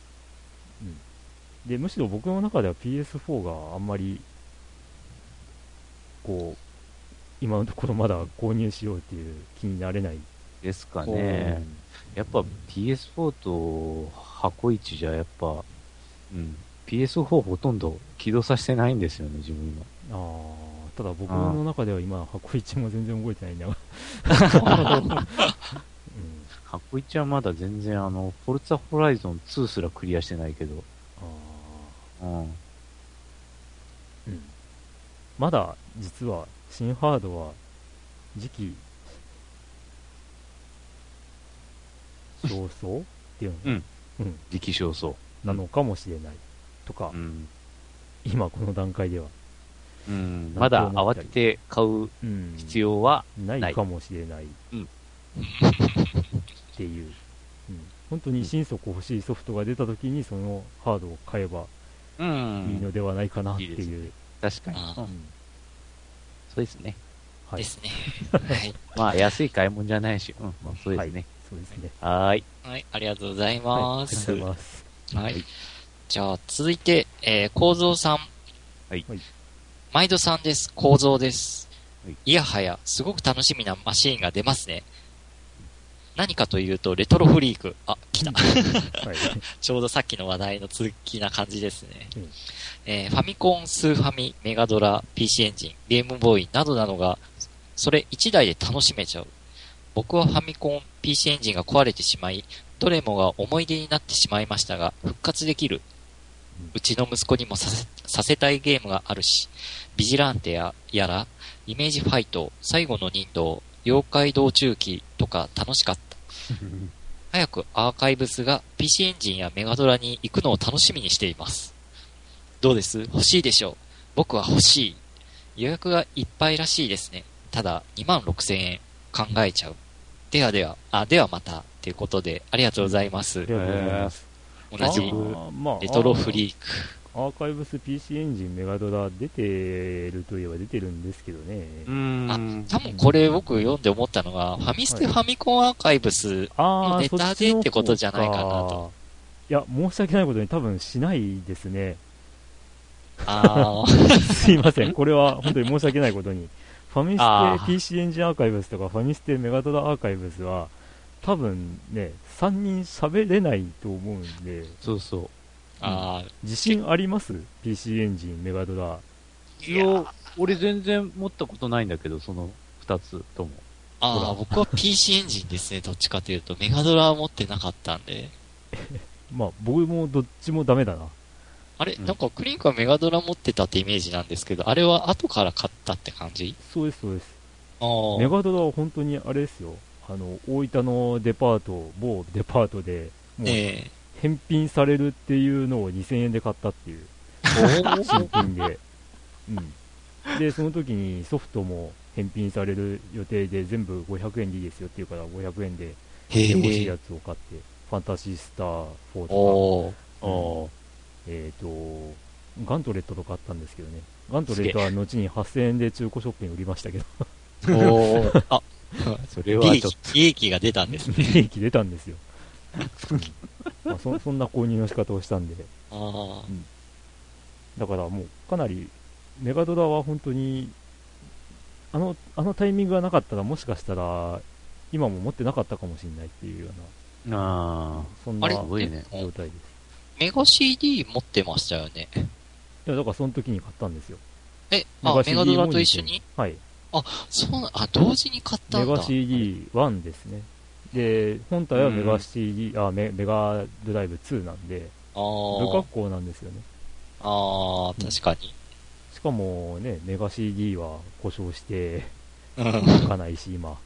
で、むしろ僕の中では PS4 があんまり、こう、今のところまだ購入しようっていう気になれないですかね。やっぱ PS4 と箱1じゃやっぱ、PS4 ほとんど起動させてないんですよね、自分は。ただ僕の中では今箱1も全然動いてないんだが箱1はまだ全然フォルツァホライゾン2すらクリアしてないけど、 まだ実は新ハードは時期尚早っていうの、 時期尚早なのかもしれないとか、今この段階では、 まだ慌てて買う必要はないかもしれないっていう、本当に心底欲しいソフトが出た時にそのハードを買えばいいのではないかなっていう。 確かに。そうですね。 ですね。 まあ、安い買い物じゃないし、そうですね。 そうですね。 はい、ありがとうございます。 ありがとうございます。 はい。じゃあ、続いて、構造さん。 はい。 毎度さんです。構造です。いやはや、すごく楽しみなマシーンが出ますね。何かというと、レトロフリーク。来た。ちょうどさっきの話題の続きな感じですね。ファミコン、スーファミ、メガドラ、PC エンジン、ゲームボーイなどなどが、それ1台で楽しめちゃう。僕はファミコン、PC エンジンが壊れてしまい、どれもが思い出になってしまいましたが、復活できる。うちの息子にもさせたいゲームがあるし、ビジランテやら、イメージファイト、最後の忍道、妖怪道中記とか楽しかった。早くアーカイブスが PC エンジンやメガドラに行くのを楽しみにしています。どうです？欲しいでしょう。僕は欲しい。予約がいっぱいらしいですね。ただ、26,000円考えちゃう。ではまた。ということで、ありがとうございます。同じ、レトロフリーク。 アーカイブス PC エンジンメガドラ出てるといえば出てるんですけどね。 多分これ僕読んで思ったのが、ファミステファミコンアーカイブスのネタでってことじゃないかなと。 いや、申し訳ないことに多分しないですね。 すいません。これは本当に申し訳ないことに。ファミステ PC エンジンアーカイブスとかファミステメガドラアーカイブスは多分ね、3人喋れないと思うんで。 そうそう。 自信あります？ PC エンジンメガドラ。 いや、俺全然持ったことないんだけど、その2つとも。 僕は PC エンジンですね、どっちかというと。メガドラは持ってなかったんで。 まあ、僕もどっちもダメだな。 なんかクリンクはメガドラ持ってたってイメージなんですけど、あれは後から買ったって感じ？ そうです、そうです。メガドラは本当にあれですよ。大分の某デパートで、もう、返品されるっていうのを2000円で買ったっていう。新品で。で、その時にソフトも返品される予定で全部500円でいいですよっていうから500円で欲しいやつを買って、ファンタシースター4とか、ガントレットとかあったんですけどね。ガントレットは後に8000円で中古ショップに売りましたけど。 それはちょっと。利益が出たんですね。 利益出たんですよ。そんな購入の仕方をしたんで。だからもうかなり、メガドラは本当に、 あのタイミングがなかったら、もしかしたら、今も持ってなかったかもしれないっていうような、そんな状態です。 メガ CD 持ってましたよね。 いや、だからその時に買ったんですよ。 メガドラと一緒に？ はい。 同時に買ったんだ。 メガ CD1 ですね。で、本体はメガ CD、メガドライブ2なんで、不格好なんですよね。 確かに。 しかもね、メガ CD は故障して、動かないし、今。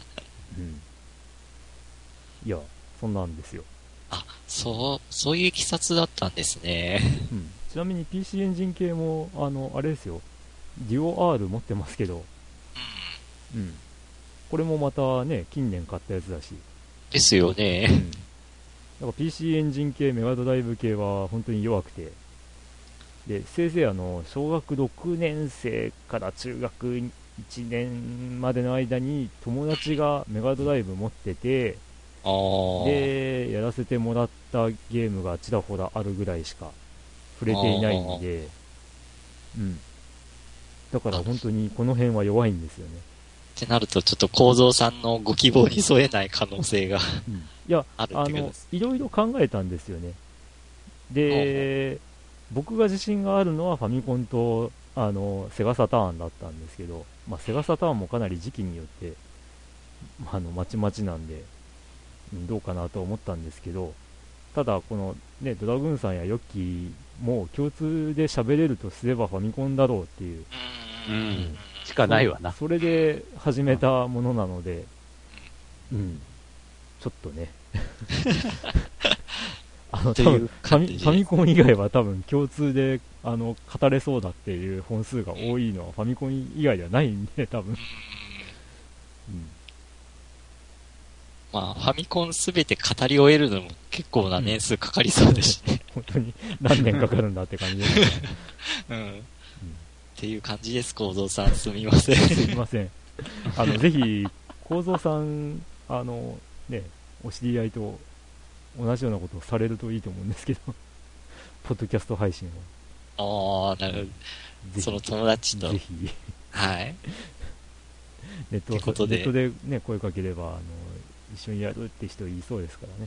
いや、そんなんですよ。 そういう経緯だったんですね。 ちなみに PC エンジン系も、あれですよ。デュオ R 持ってますけど、これもまたね、近年買ったやつだし。 ですよね。 だから PC エンジン系、メガドライブ系は本当に弱くて、で、せいぜい小学6年生から中学1年までの間に友達がメガドライブ持ってて、で、やらせてもらったゲームがちらほらあるぐらいしか触れていないんで、だから本当にこの辺は弱いんですよね。 ってなると、ちょっと構造さんのご希望に添えない可能性がいや、 あるってことです。 いろいろ考えたんですよね。で、僕が自信があるのはファミコンとセガサターンだったんですけど、セガサターンもかなり時期によってまちまちなんで、どうかなと思ったんですけど、ただこのね、ドラグーンさんやヨッキーも共通で喋れるとすればファミコンだろうっていう、 しかないわな。 それで始めたものなので、ちょっとね多分ファミコン以外は多分共通で語れそうだっていう本数が多いのはファミコン以外ではないんで、多分ファミコンすべて語り終えるのも結構な年数かかりそうですしね。 本当に何年かかるんだって感じですね。 っていう感じです、構造さん。すみません。 すみません。ぜひ、構造さん、ね、お知り合いと同じようなことをされるといいと思うんですけど、ポッドキャスト配信を。なるほど。その友達と。 ぜひ。 はい。 ネットでね、声かければ、一緒にやるって人いそうですからね。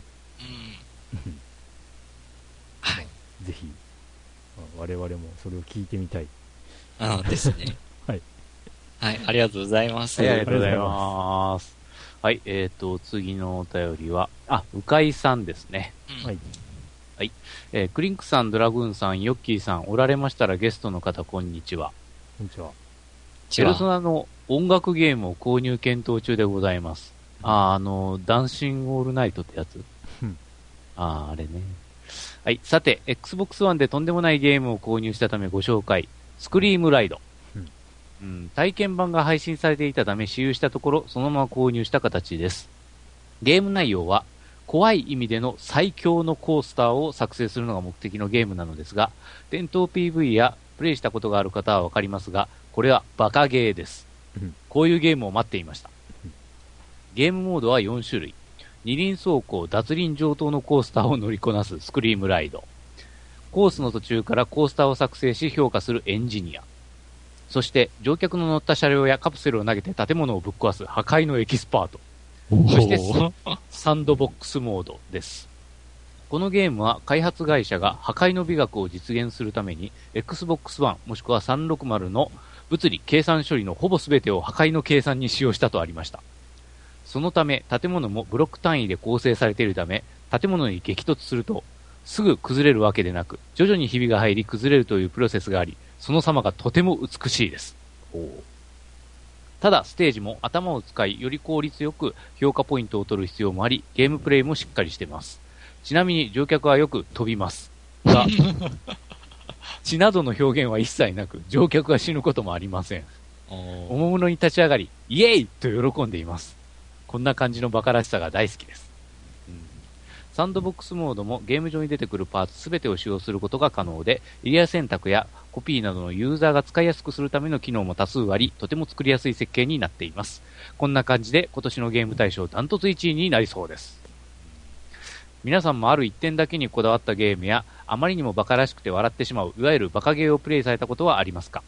はい。 ぜひ、我々もそれを聞いてみたい。 ですね。 はい。 はい、ありがとうございます。 ありがとうございます。はい、次のお便りは、うかいさんですね。 はい。 はい。クリンクさん、ドラグーンさん、ヨッキーさん、おられましたらゲストの方、こんにちは。 こんにちは。 ペルソナの音楽ゲームを購入検討中でございます。ダンシングオールナイトってやつあれね。はい。さて、Xbox One でとんでもないゲームを購入したためご紹介。スクリームライド。体験版が配信されていたため私有したところ、そのまま購入した形です。ゲーム内容は、怖い意味での最強のコースターを作成するのが目的のゲームなのですが、伝統 PV やプレイしたことがある方はわかりますが、これはバカゲーです。こういうゲームを待っていました。ゲームモードは4種類。二輪走行、脱輪上等のコースターを乗りこなすスクリームライド。コースの途中からコースターを作成し評価するエンジニア。そして乗客の乗った車両やカプセルを投げて建物をぶっ壊す破壊のエキスパート。そしてサンドボックスモードです。このゲームは開発会社が破壊の美学を実現するために Xbox One もしくは360の物理計算処理のほぼ全てを破壊の計算に使用したとありました。そのため建物もブロック単位で構成されているため、建物に激突するとすぐ崩れるわけでなく、徐々にひびが入り崩れるというプロセスがあり、その様がとても美しいです。ただステージも頭を使いより効率よく評価ポイントを取る必要もあり、ゲームプレイもしっかりしています。ちなみに乗客はよく飛びますが血などの表現は一切なく、乗客が死ぬこともありません。おもむろに立ち上がりイエーイと喜んでいます。こんな感じのバカらしさが大好きです。サンドボックスモードもゲーム上に出てくるパーツすべてを使用することが可能で、エリア選択やコピーなどのユーザーが使いやすくするための機能も多数あり、とても作りやすい設計になっています。こんな感じで今年のゲーム大賞ダントツ1位になりそうです。皆さんもある一点だけにこだわったゲームや、あまりにもバカらしくて笑ってしまう、いわゆるバカゲーをプレイされたことはありますか？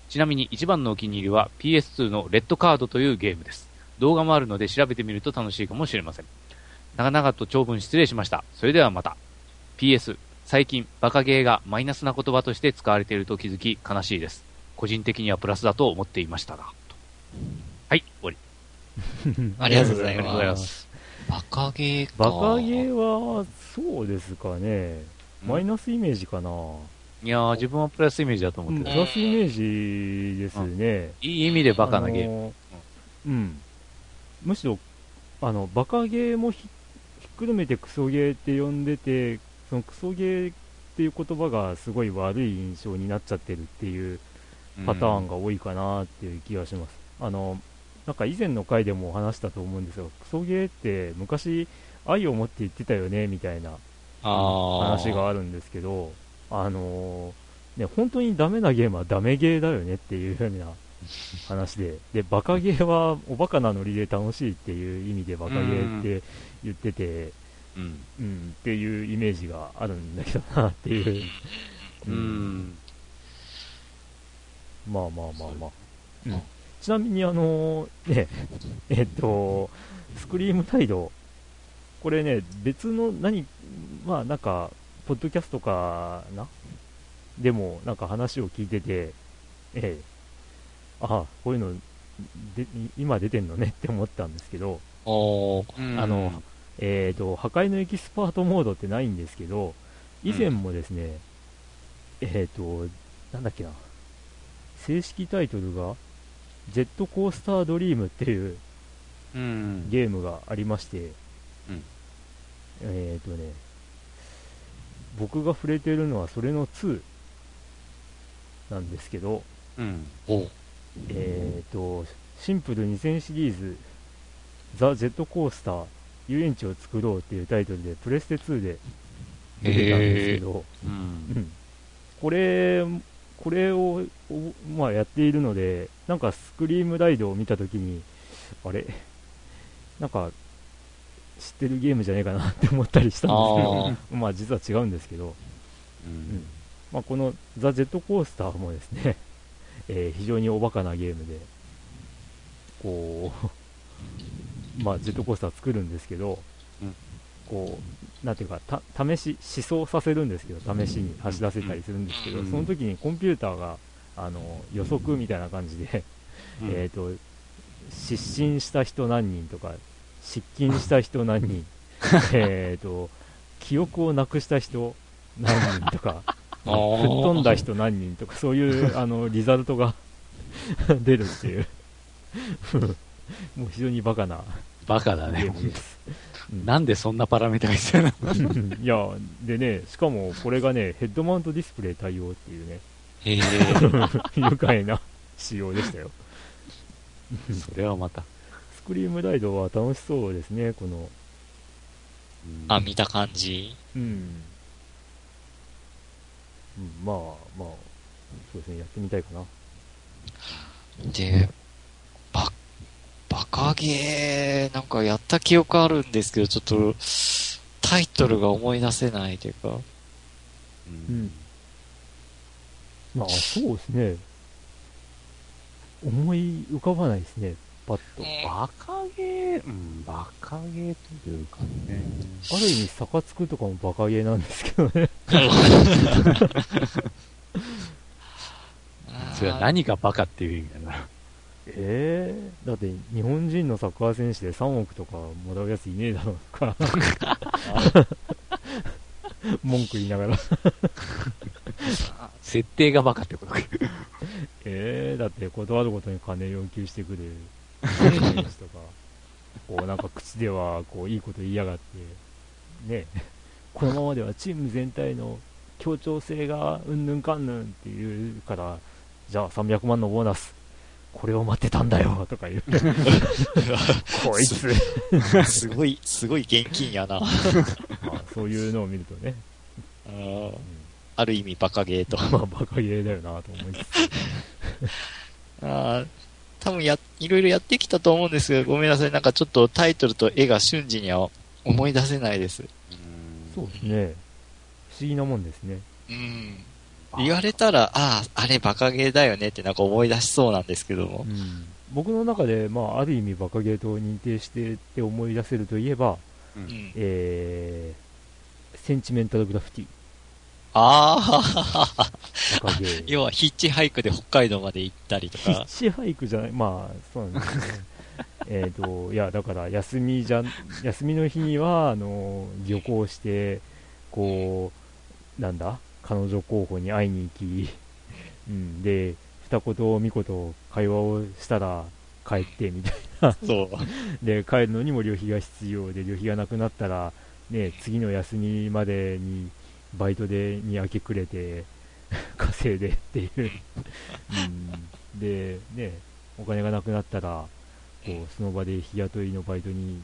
ちなみに一番のお気に入りは PS2 のレッドカードというゲームです。動画もあるので調べてみると楽しいかもしれません。長々と長文失礼しました。それではまた。PS、最近バカゲーがマイナスな言葉として使われていると気づき悲しいです。個人的にはプラスだと思っていましたが。はい、終わり。 ありがとうございありがとうございます。 バカゲーか。 バカゲーは、そうですかね。マイナスイメージかな。 いやー、自分はプラスイメージだと思ってる。 プラスイメージですね。 いい意味でバカなゲーム。 むしろ、バカゲーもひっくるめてクソゲーって呼んでて、そのクソゲーっていう言葉がすごい悪い印象になっちゃってるっていうパターンが多いかなっていう気がします。なんか以前の回でも話したと思うんですが、クソゲーって昔愛を持って言ってたよねみたいな話があるんですけど、ね、本当にダメなゲームはダメゲーだよねっていう風な話で、バカゲーはおバカなノリで楽しいっていう意味でバカゲーって言ってて、っていうイメージがあるんだけどなっていう。まあ。ちなみにね、スクリームタイド、これね、別のまあなんか、ポッドキャストかなでもなんか話を聞いてて、こういうの今出てんのねって思ったんですけど、破壊のエキスパートモードってないんですけど、以前もですね、なんだっけな、正式タイトルが、ジェットコースタードリームっていうゲームがありまして、僕が触れてるのはそれの2なんですけど、シンプル2000シリーズザ・ジェットコースター遊園地を作ろうっていうタイトルでプレステ2で出てたんですけど、これを、まあ、やっているので、なんかスクリームライドを見たときに、あれなんか知ってるゲームじゃねえかなって思ったりしたんですけど、まあ実は違うんですけど、まあ、このザ・ジェットコースターもですね、非常におバカなゲームで、こう、まあ、ジェットコースター作るんですけど、こう、なんていうか、試走させるんですけど、試しに走らせたりするんですけど、その時にコンピューターが、予測みたいな感じで、失神した人何人とか、失禁した人何人、記憶をなくした人何人とか、吹っ飛んだ人何人とか、そういうリザルトが出るっていうもう非常にバカなバカだねゲームです。 なんでそんなパラメータが必要なのいや、でね、しかもこれがね、ヘッドマウントディスプレイ対応っていうね、愉快な仕様でしたよ。 それはまた。 スクリームライドは楽しそうですね、この。 見た感じ。 まあ、そうですね、やってみたいかな。 で、バカゲー、なんかやった記憶あるんですけど、ちょっと、タイトルが思い出せないというか。 まあ、そうですね。思い浮かばないですね、パッと。 バカゲーというかね。 ある意味、サカツクとかもバカゲーなんですけどね。 それは何がバカっていう意味だな。 だって日本人のサッカー選手で3億とかもらうやついねえだろうか文句言いながら設定がバカってことかだって断るごとに金要求してくる選手とかこうなんか口ではこういいこと言いやがってね、このままではチーム全体の協調性がうんぬんかんぬんっていうから、じゃあ300万のボーナスこれを待ってたんだよとか言うこいつすごい現金やなまあそういうのを見るとね、 ある意味バカゲーとまあバカゲーだよなと思いつつ多分いろいろやってきたと思うんですけど、ごめんなさい、なんかちょっとタイトルと絵が瞬時には思い出せないです。 そうですね、不思議なもんですね。 言われたら、あれバカゲーだよねってなんか思い出しそうなんですけども。 僕の中で、ある意味バカゲーと認定してって思い出せるといえば、センチメンタルグラフィティ。バカゲー。 要はヒッチハイクで北海道まで行ったりとか。 ヒッチハイクじゃない、そうなんですね。いや、だから休みの日には、旅行して、彼女候補に会いに行き、で、二言三言会話をしたら帰ってみたいな。 そう。 で、帰るのにも旅費が必要で、旅費がなくなったら、ね、次の休みまでにバイトに明け暮れて稼いでっていう、で、ね、お金がなくなったら、その場で日雇いのバイトに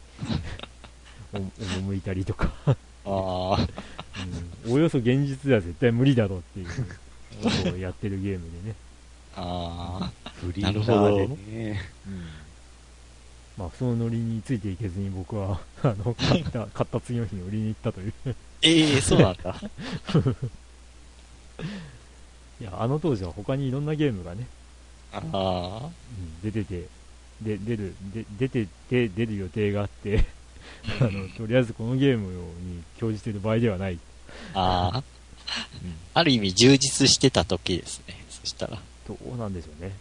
赴いたりとかおよそ現実では絶対無理だろうっていうことをやってるゲームでね。 フリーターでね。 そのノリについていけずに僕は買った次の日に売りに行ったというそうなんだ。 いや、あの当時は他にいろんなゲームがね、出てて出る予定があってとりあえずこのゲームに興じてる場合ではない。 ある意味充実してた時ですね。そしたらどうなんでしょうね。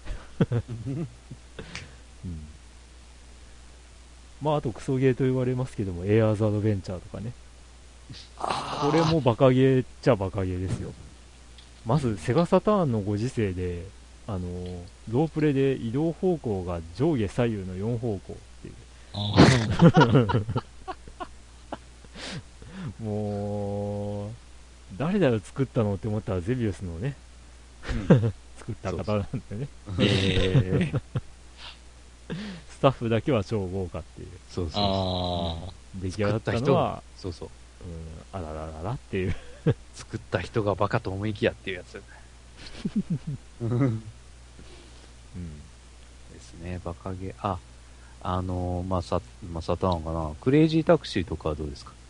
あとクソゲーと言われますけども、エアーズアドベンチャーとかね。これもバカゲーっちゃバカゲーですよ。まずセガサターンのご時世でロープレで移動方向が上下左右の4方向っていうもう誰だよ作ったのって思ったらゼビウスのね、作った方なんだよね。スタッフだけは超豪華っていう。出来上がったのはあららららっていう作った人がバカと思いきやっていうやつですね。バカゲー。サターンかな。クレイジータクシーとかはどうですか？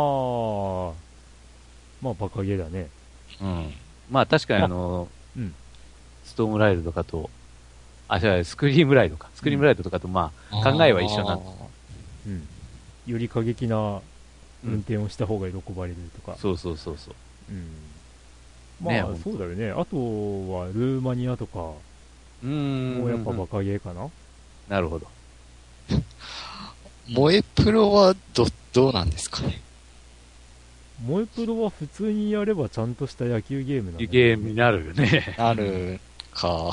バカゲーだね。 確かにストームライドとかと、スクリームライドか。スクリームライドとかと考えは一緒なんです。 より過激な運転をした方が喜ばれるとか。 そう。 そうだよね。あとはルーマニアとかもうやっぱバカゲーかな。 なるほど。 萌えプロはどうなんですかね。 萌えプロは普通にやればちゃんとした野球ゲームなんだ、 ゲームになるよね。 なるか。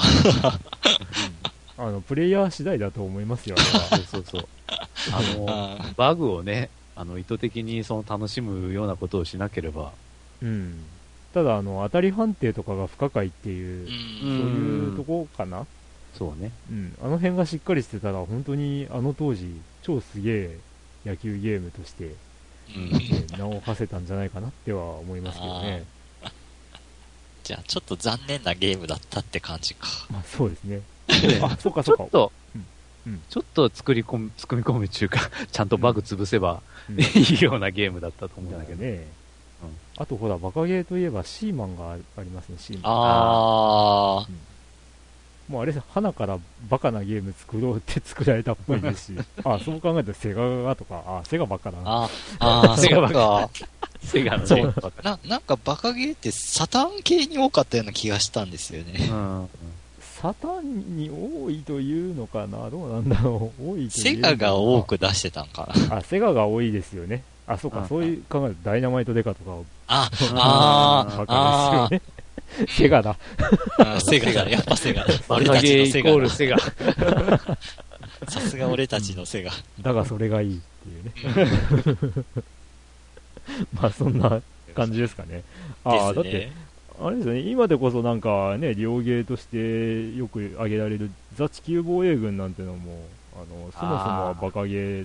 プレイヤー次第だと思いますよ。 そう。バグをね、意図的に楽しむようなことをしなければ。 ただ当たり判定とかが不可解っていう、そういうとこかな。 そうね。 あの辺がしっかりしてたら本当に当時超すげえ野球ゲームとして、名を馳せたんじゃないかなっては思いますけどね。 じゃあちょっと残念なゲームだったって感じか。 そうですね。そうか。 ちょっと作り込みっていうか、ちゃんとバグ潰せばいいようなゲームだったと思うんだけどね。 あとほら、バカゲーといえばシーマンがありますね、シーマン。もうあれ、花からバカなゲーム作ろうって作られたっぽいですし、そう考えたらセガがとか、セガバカだな。 セガバカ。 セガのね。なんかバカゲーってサタン系に多かったような気がしたんですよね。 サタンに多いというのかな、どうなんだろう。多いというセガが多く出してたんかな。 セガが多いですよね。そうか、そういう考えるとダイナマイトデカとかを。バカですよね。セガだ。 セガだ、やっぱセガ。 俺たちのセガ。イコールセガ。 さすが俺たちのセガ。 だがそれがいいっていうね。そんな感じですかね。だって、あれですよね、今でこそなんかね、両ゲーとしてよく挙げられるザ地球防衛軍なんてのも、そもそもはバカゲーって、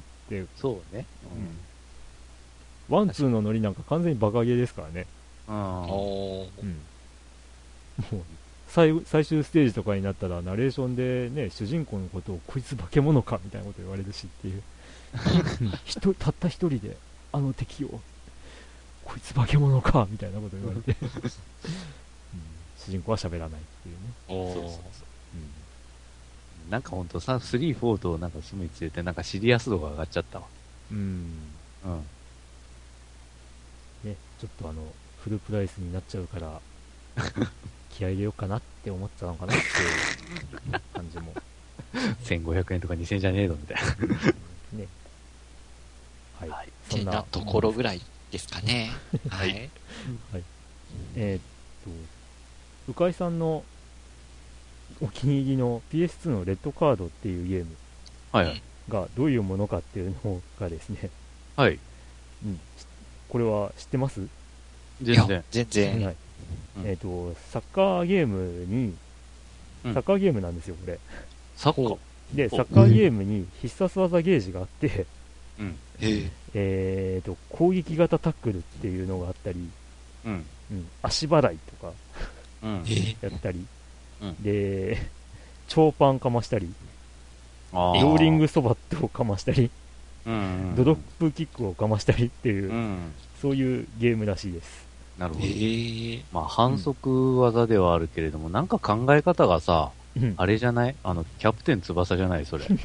そうね。 ワンツーのノリなんか完全にバカゲーですからね。もう最終ステージとかになったらナレーションでね、主人公のことをこいつ化け物かみたいなこと言われるしっていうたった一人で敵をこいつ化け物かみたいなこと言われて主人公は喋らないっていうね。 そうそうそう。なんかほんと3、4となんか住みつれてなんかシリアス度が上がっちゃったわ。 うん。ね、ちょっとフルプライスになっちゃうから、気合い入れようかなって思ったのかなっていう感じも。 1500円とか2000円じゃねえのみたいな。ね。 はい。そんなところぐらいですかね。はい。 はい。うかいさんのお気に入りの PS2 のレッドカードっていうゲームがどういうものかっていうのがですね、 はい。 うん、これは知ってます？ 全然。 はい。サッカーゲームに、サッカーゲームなんですよ、これ。 サッカーで、サッカーゲームに必殺技ゲージがあって、攻撃型タックルっていうのがあったり、足払いとか、やったり、で、長パンかましたり、ローリングそばっとをかましたり、ドロップキックをかましたりっていう、そういうゲームらしいです。 なるほど。まあ反則技ではあるけれども、なんか考え方がさ、あれじゃない？キャプテン翼じゃないそれ。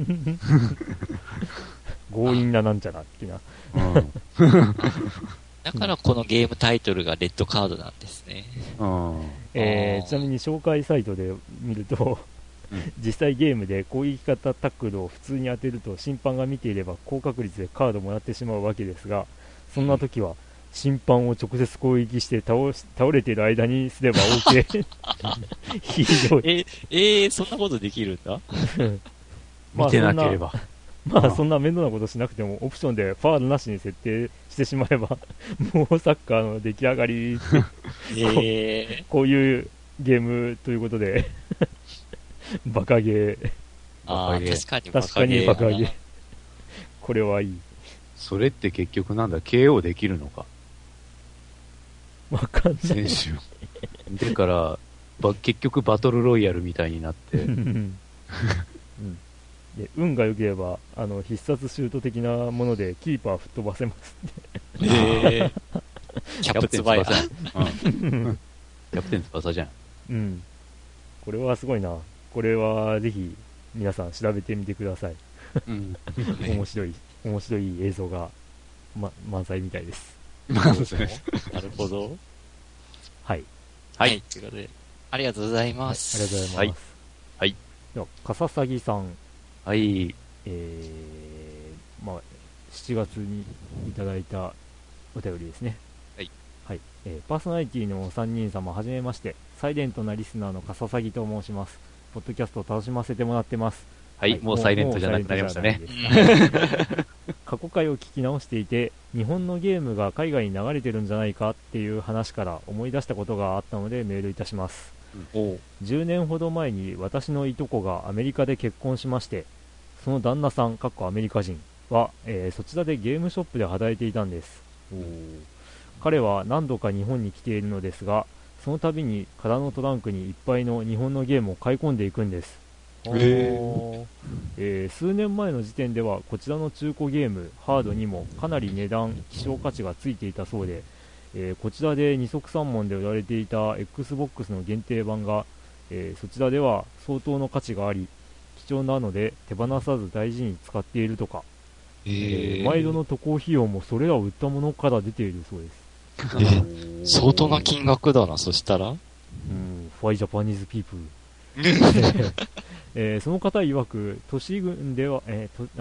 強引ななんちゃらってな。 だからこのゲームタイトルがレッドカードなんですね。 ちなみに紹介サイトで見ると、実際ゲームで攻撃型タックルを普通に当てると審判が見ていれば高確率でカードもらってしまうわけですが、そんな時は審判を直接攻撃して倒れている間にすれば OK。 ひどい。そんなことできるんだ。 見てなければ。 まあそんな面倒なことしなくてもオプションでファールなしに設定してしまえばもうサッカーの出来上がりこういうゲームということでバカゲー。 確かにバカゲー。これはいい。 それって結局なんだ KO できるのかわかんない。 選手だから結局バトルロイヤルみたいになってで運が良ければ必殺シュート的なものでキーパー吹っ飛ばせますキャプテン翼。 キャプテン翼じゃん。 これはすごいな。これはぜひ皆さん調べてみてください。面白い映像が、満載みたいです。 なるほど。 はい。 はい。ということで、ありがとうございます。 ありがとうございます。 はい。 では、笠崎さん。 はい。 7月にいただいたお便りですね。 はい。 はい。パーソナリティの3人様、はじめまして。サイレントなリスナーの笠崎と申します。ポッドキャストを楽しませてもらってます。 はい、もうサイレントじゃなくなりましたね。 過去回を聞き直していて、日本のゲームが海外に流れてるんじゃないかっていう話から思い出したことがあったのでメールいたします。10年ほど前に私のいとこがアメリカで結婚しまして、その旦那さん、アメリカ人は、そちらでゲームショップで働いていたんです。彼は何度か日本に来ているのですが、その度に空のトランクにいっぱいの日本のゲームを買い込んでいくんです。数年前の時点ではこちらの中古ゲームハードにもかなり値段希少価値がついていたそうで、こちらで二足三門で売られていた XBOX の限定版が、そちらでは相当の価値があり貴重なので手放さず大事に使っているとか、毎度の渡航費用もそれらを売ったものから出ているそうです。相当な金額だな。そしたらファイジャパニーズピープルその方曰く都市部では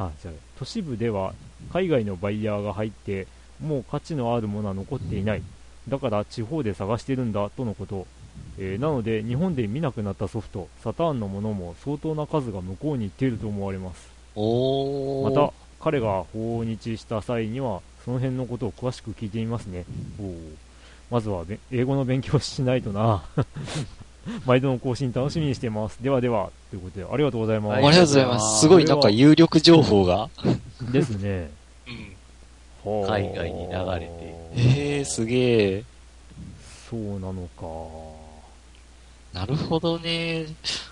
海外のバイヤーが入ってもう価値のあるものは残っていない、だから地方で探してるんだとのこと。なので日本で見なくなったソフトサターンのものも相当な数が向こうに行っていると思われます。また彼が訪日した際にはその辺のことを詳しく聞いてみますね。まずは英語の勉強しないとな毎度の更新楽しみにしています。ではではということでありがとうございます。 ありがとうございます。すごいなんか有力情報がですね。 海外に流れてすげえ。 そうなのか。 なるほどね。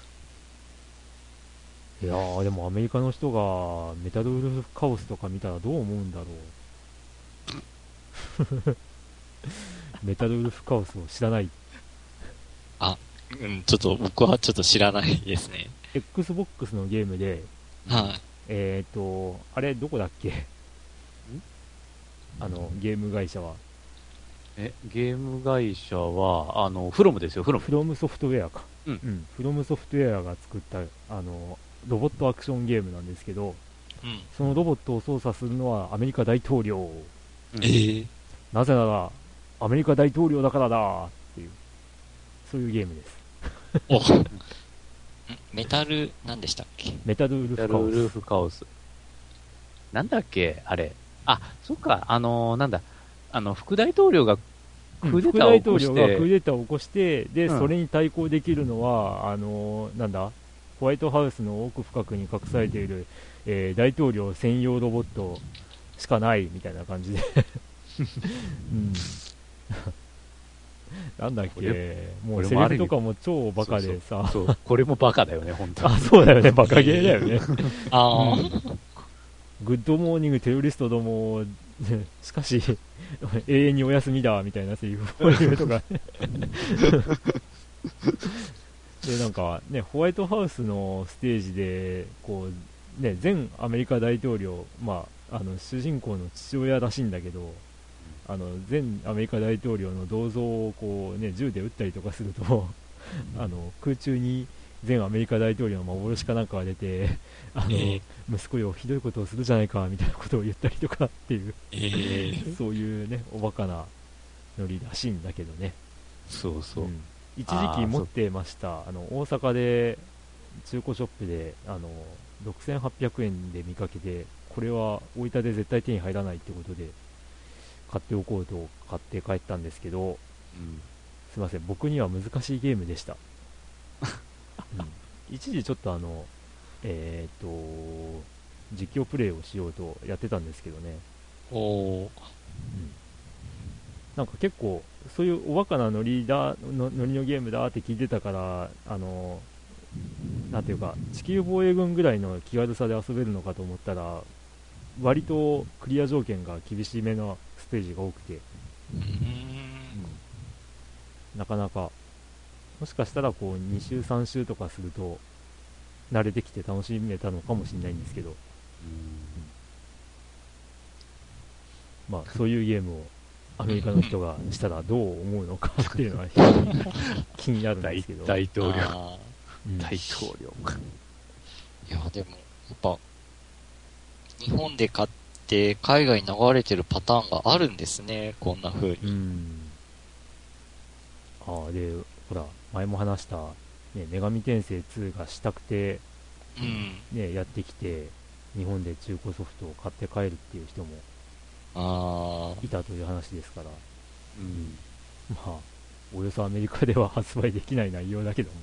いやーでもアメリカの人がメタルウルフカオスとか見たらどう思うんだろうメタルウルフカオスを知らないちょっと僕はちょっと知らないですね。 Xbox のゲームで、 はい。 あれ、どこだっけ？ゲーム会社は。 ゲーム会社は、フロムですよ、フロム。 フロムソフトウェアか。 うん。 フロムソフトウェアが作った、ロボットアクションゲームなんですけど、そのロボットを操作するのはアメリカ大統領。なぜなら、アメリカ大統領だからだっていう、そういうゲームです。 メタル、何でしたっけ？ メタルウルフカオス。 なんだっけあれ。そっか、なんだ。副大統領がクーデターを起こして、 副大統領がクーデターを起こして、で、それに対抗できるのは、なんだ、ホワイトハウスの奥深くに隠されている、大統領専用ロボットしかないみたいな感じで、うん、なんだっけ、もうセリフとかも超バカでさ、 そうこれもバカだよね、本当に。 そうだよね、バカゲーだよね。グッドモーニングテロリストども、しかし、永遠にお休みだみたいなセリフを言うとかね。で、なんかね、ホワイトハウスのステージで、こう、ね、前アメリカ大統領、主人公の父親らしいんだけど、前アメリカ大統領の銅像をこう、ね、銃で撃ったりとかすると、空中に前アメリカ大統領の幻かなんかが出て、息子よ、ひどいことをするじゃないかみたいなことを言ったりとかっていう、そういうね、おバカなノリらしいんだけどね。 そうそう。 一時期持ってました。大阪で中古ショップで6800円で見かけて、これは大分で絶対手に入らないってことで買っておこうと買って帰ったんですけど、すいません、僕には難しいゲームでした。一時ちょっと実況プレイをしようとやってたんですけどね。なんか結構そういうおバカなノリのゲームだって聞いてたから、なんていうか、地球防衛軍ぐらいの気軽さで遊べるのかと思ったら、割とクリア条件が厳しめなステージが多くて、なかなか、もしかしたらこう2周3周とかすると慣れてきて楽しめたのかもしれないんですけど、そういうゲームをアメリカの人がしたらどう思うのかっていうのは非常に気になるんですけど。 大統領。いや、でも、やっぱ、日本で買って海外に流れてるパターンがあるんですね、こんな風に。 で、ほら、前も話した、ね、女神転生2がしたくて、ね、やってきて、日本で中古ソフトを買って帰るっていう人もいたという話ですから、およそアメリカでは発売できない内容だけども。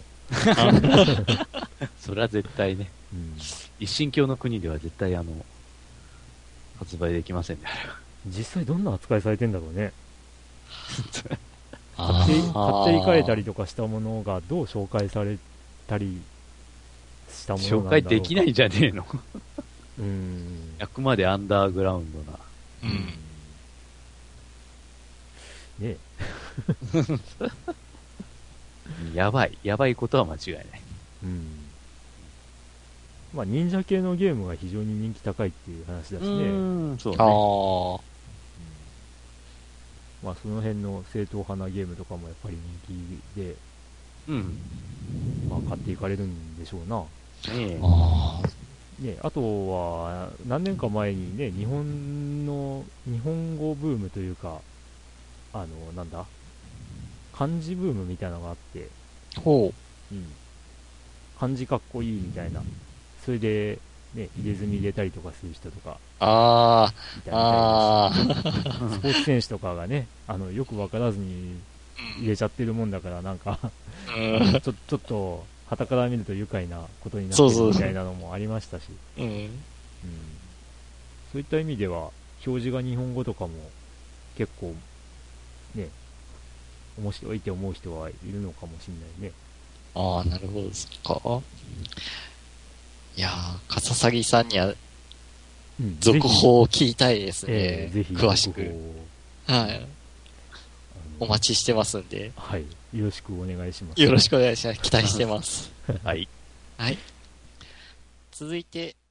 それは絶対ね、一神教の国では絶対発売できませんね。 実際どんな扱いされてんだろうね。買っていかれたりとかしたものがどう紹介されたりしたものなんだろうか。 紹介できないんじゃねえの。あくまでアンダーグラウンドな。 ねやばいことは間違いない。 忍者系のゲームが非常に人気高いっていう話だしね。 そうね。 その辺の正統派なゲームとかもやっぱり人気で、買っていかれるんでしょうな。あとは何年か前にね、日本語ブームというか、なんだ、漢字ブームみたいなのがあって、漢字かっこいいみたいな、それでね、入れ墨入れたりとかする人とかいたみたいです。スポーツ選手とかがね、よく分からずに入れちゃってるもんだから、なんかちょっと傍から見ると愉快なことになってるみたいなのもありましたし、そういった意味では表示が日本語とかも結構ね、面白いって思う人はいるのかもしれないね。 なるほどですか。いやー、笠崎さんには続報を聞きたいですね。 ぜひ詳しく。はい。 お待ちしてますんで。 はい。よろしくお願いします。 よろしくお願いします。期待してます。 はい。 はい。続いて、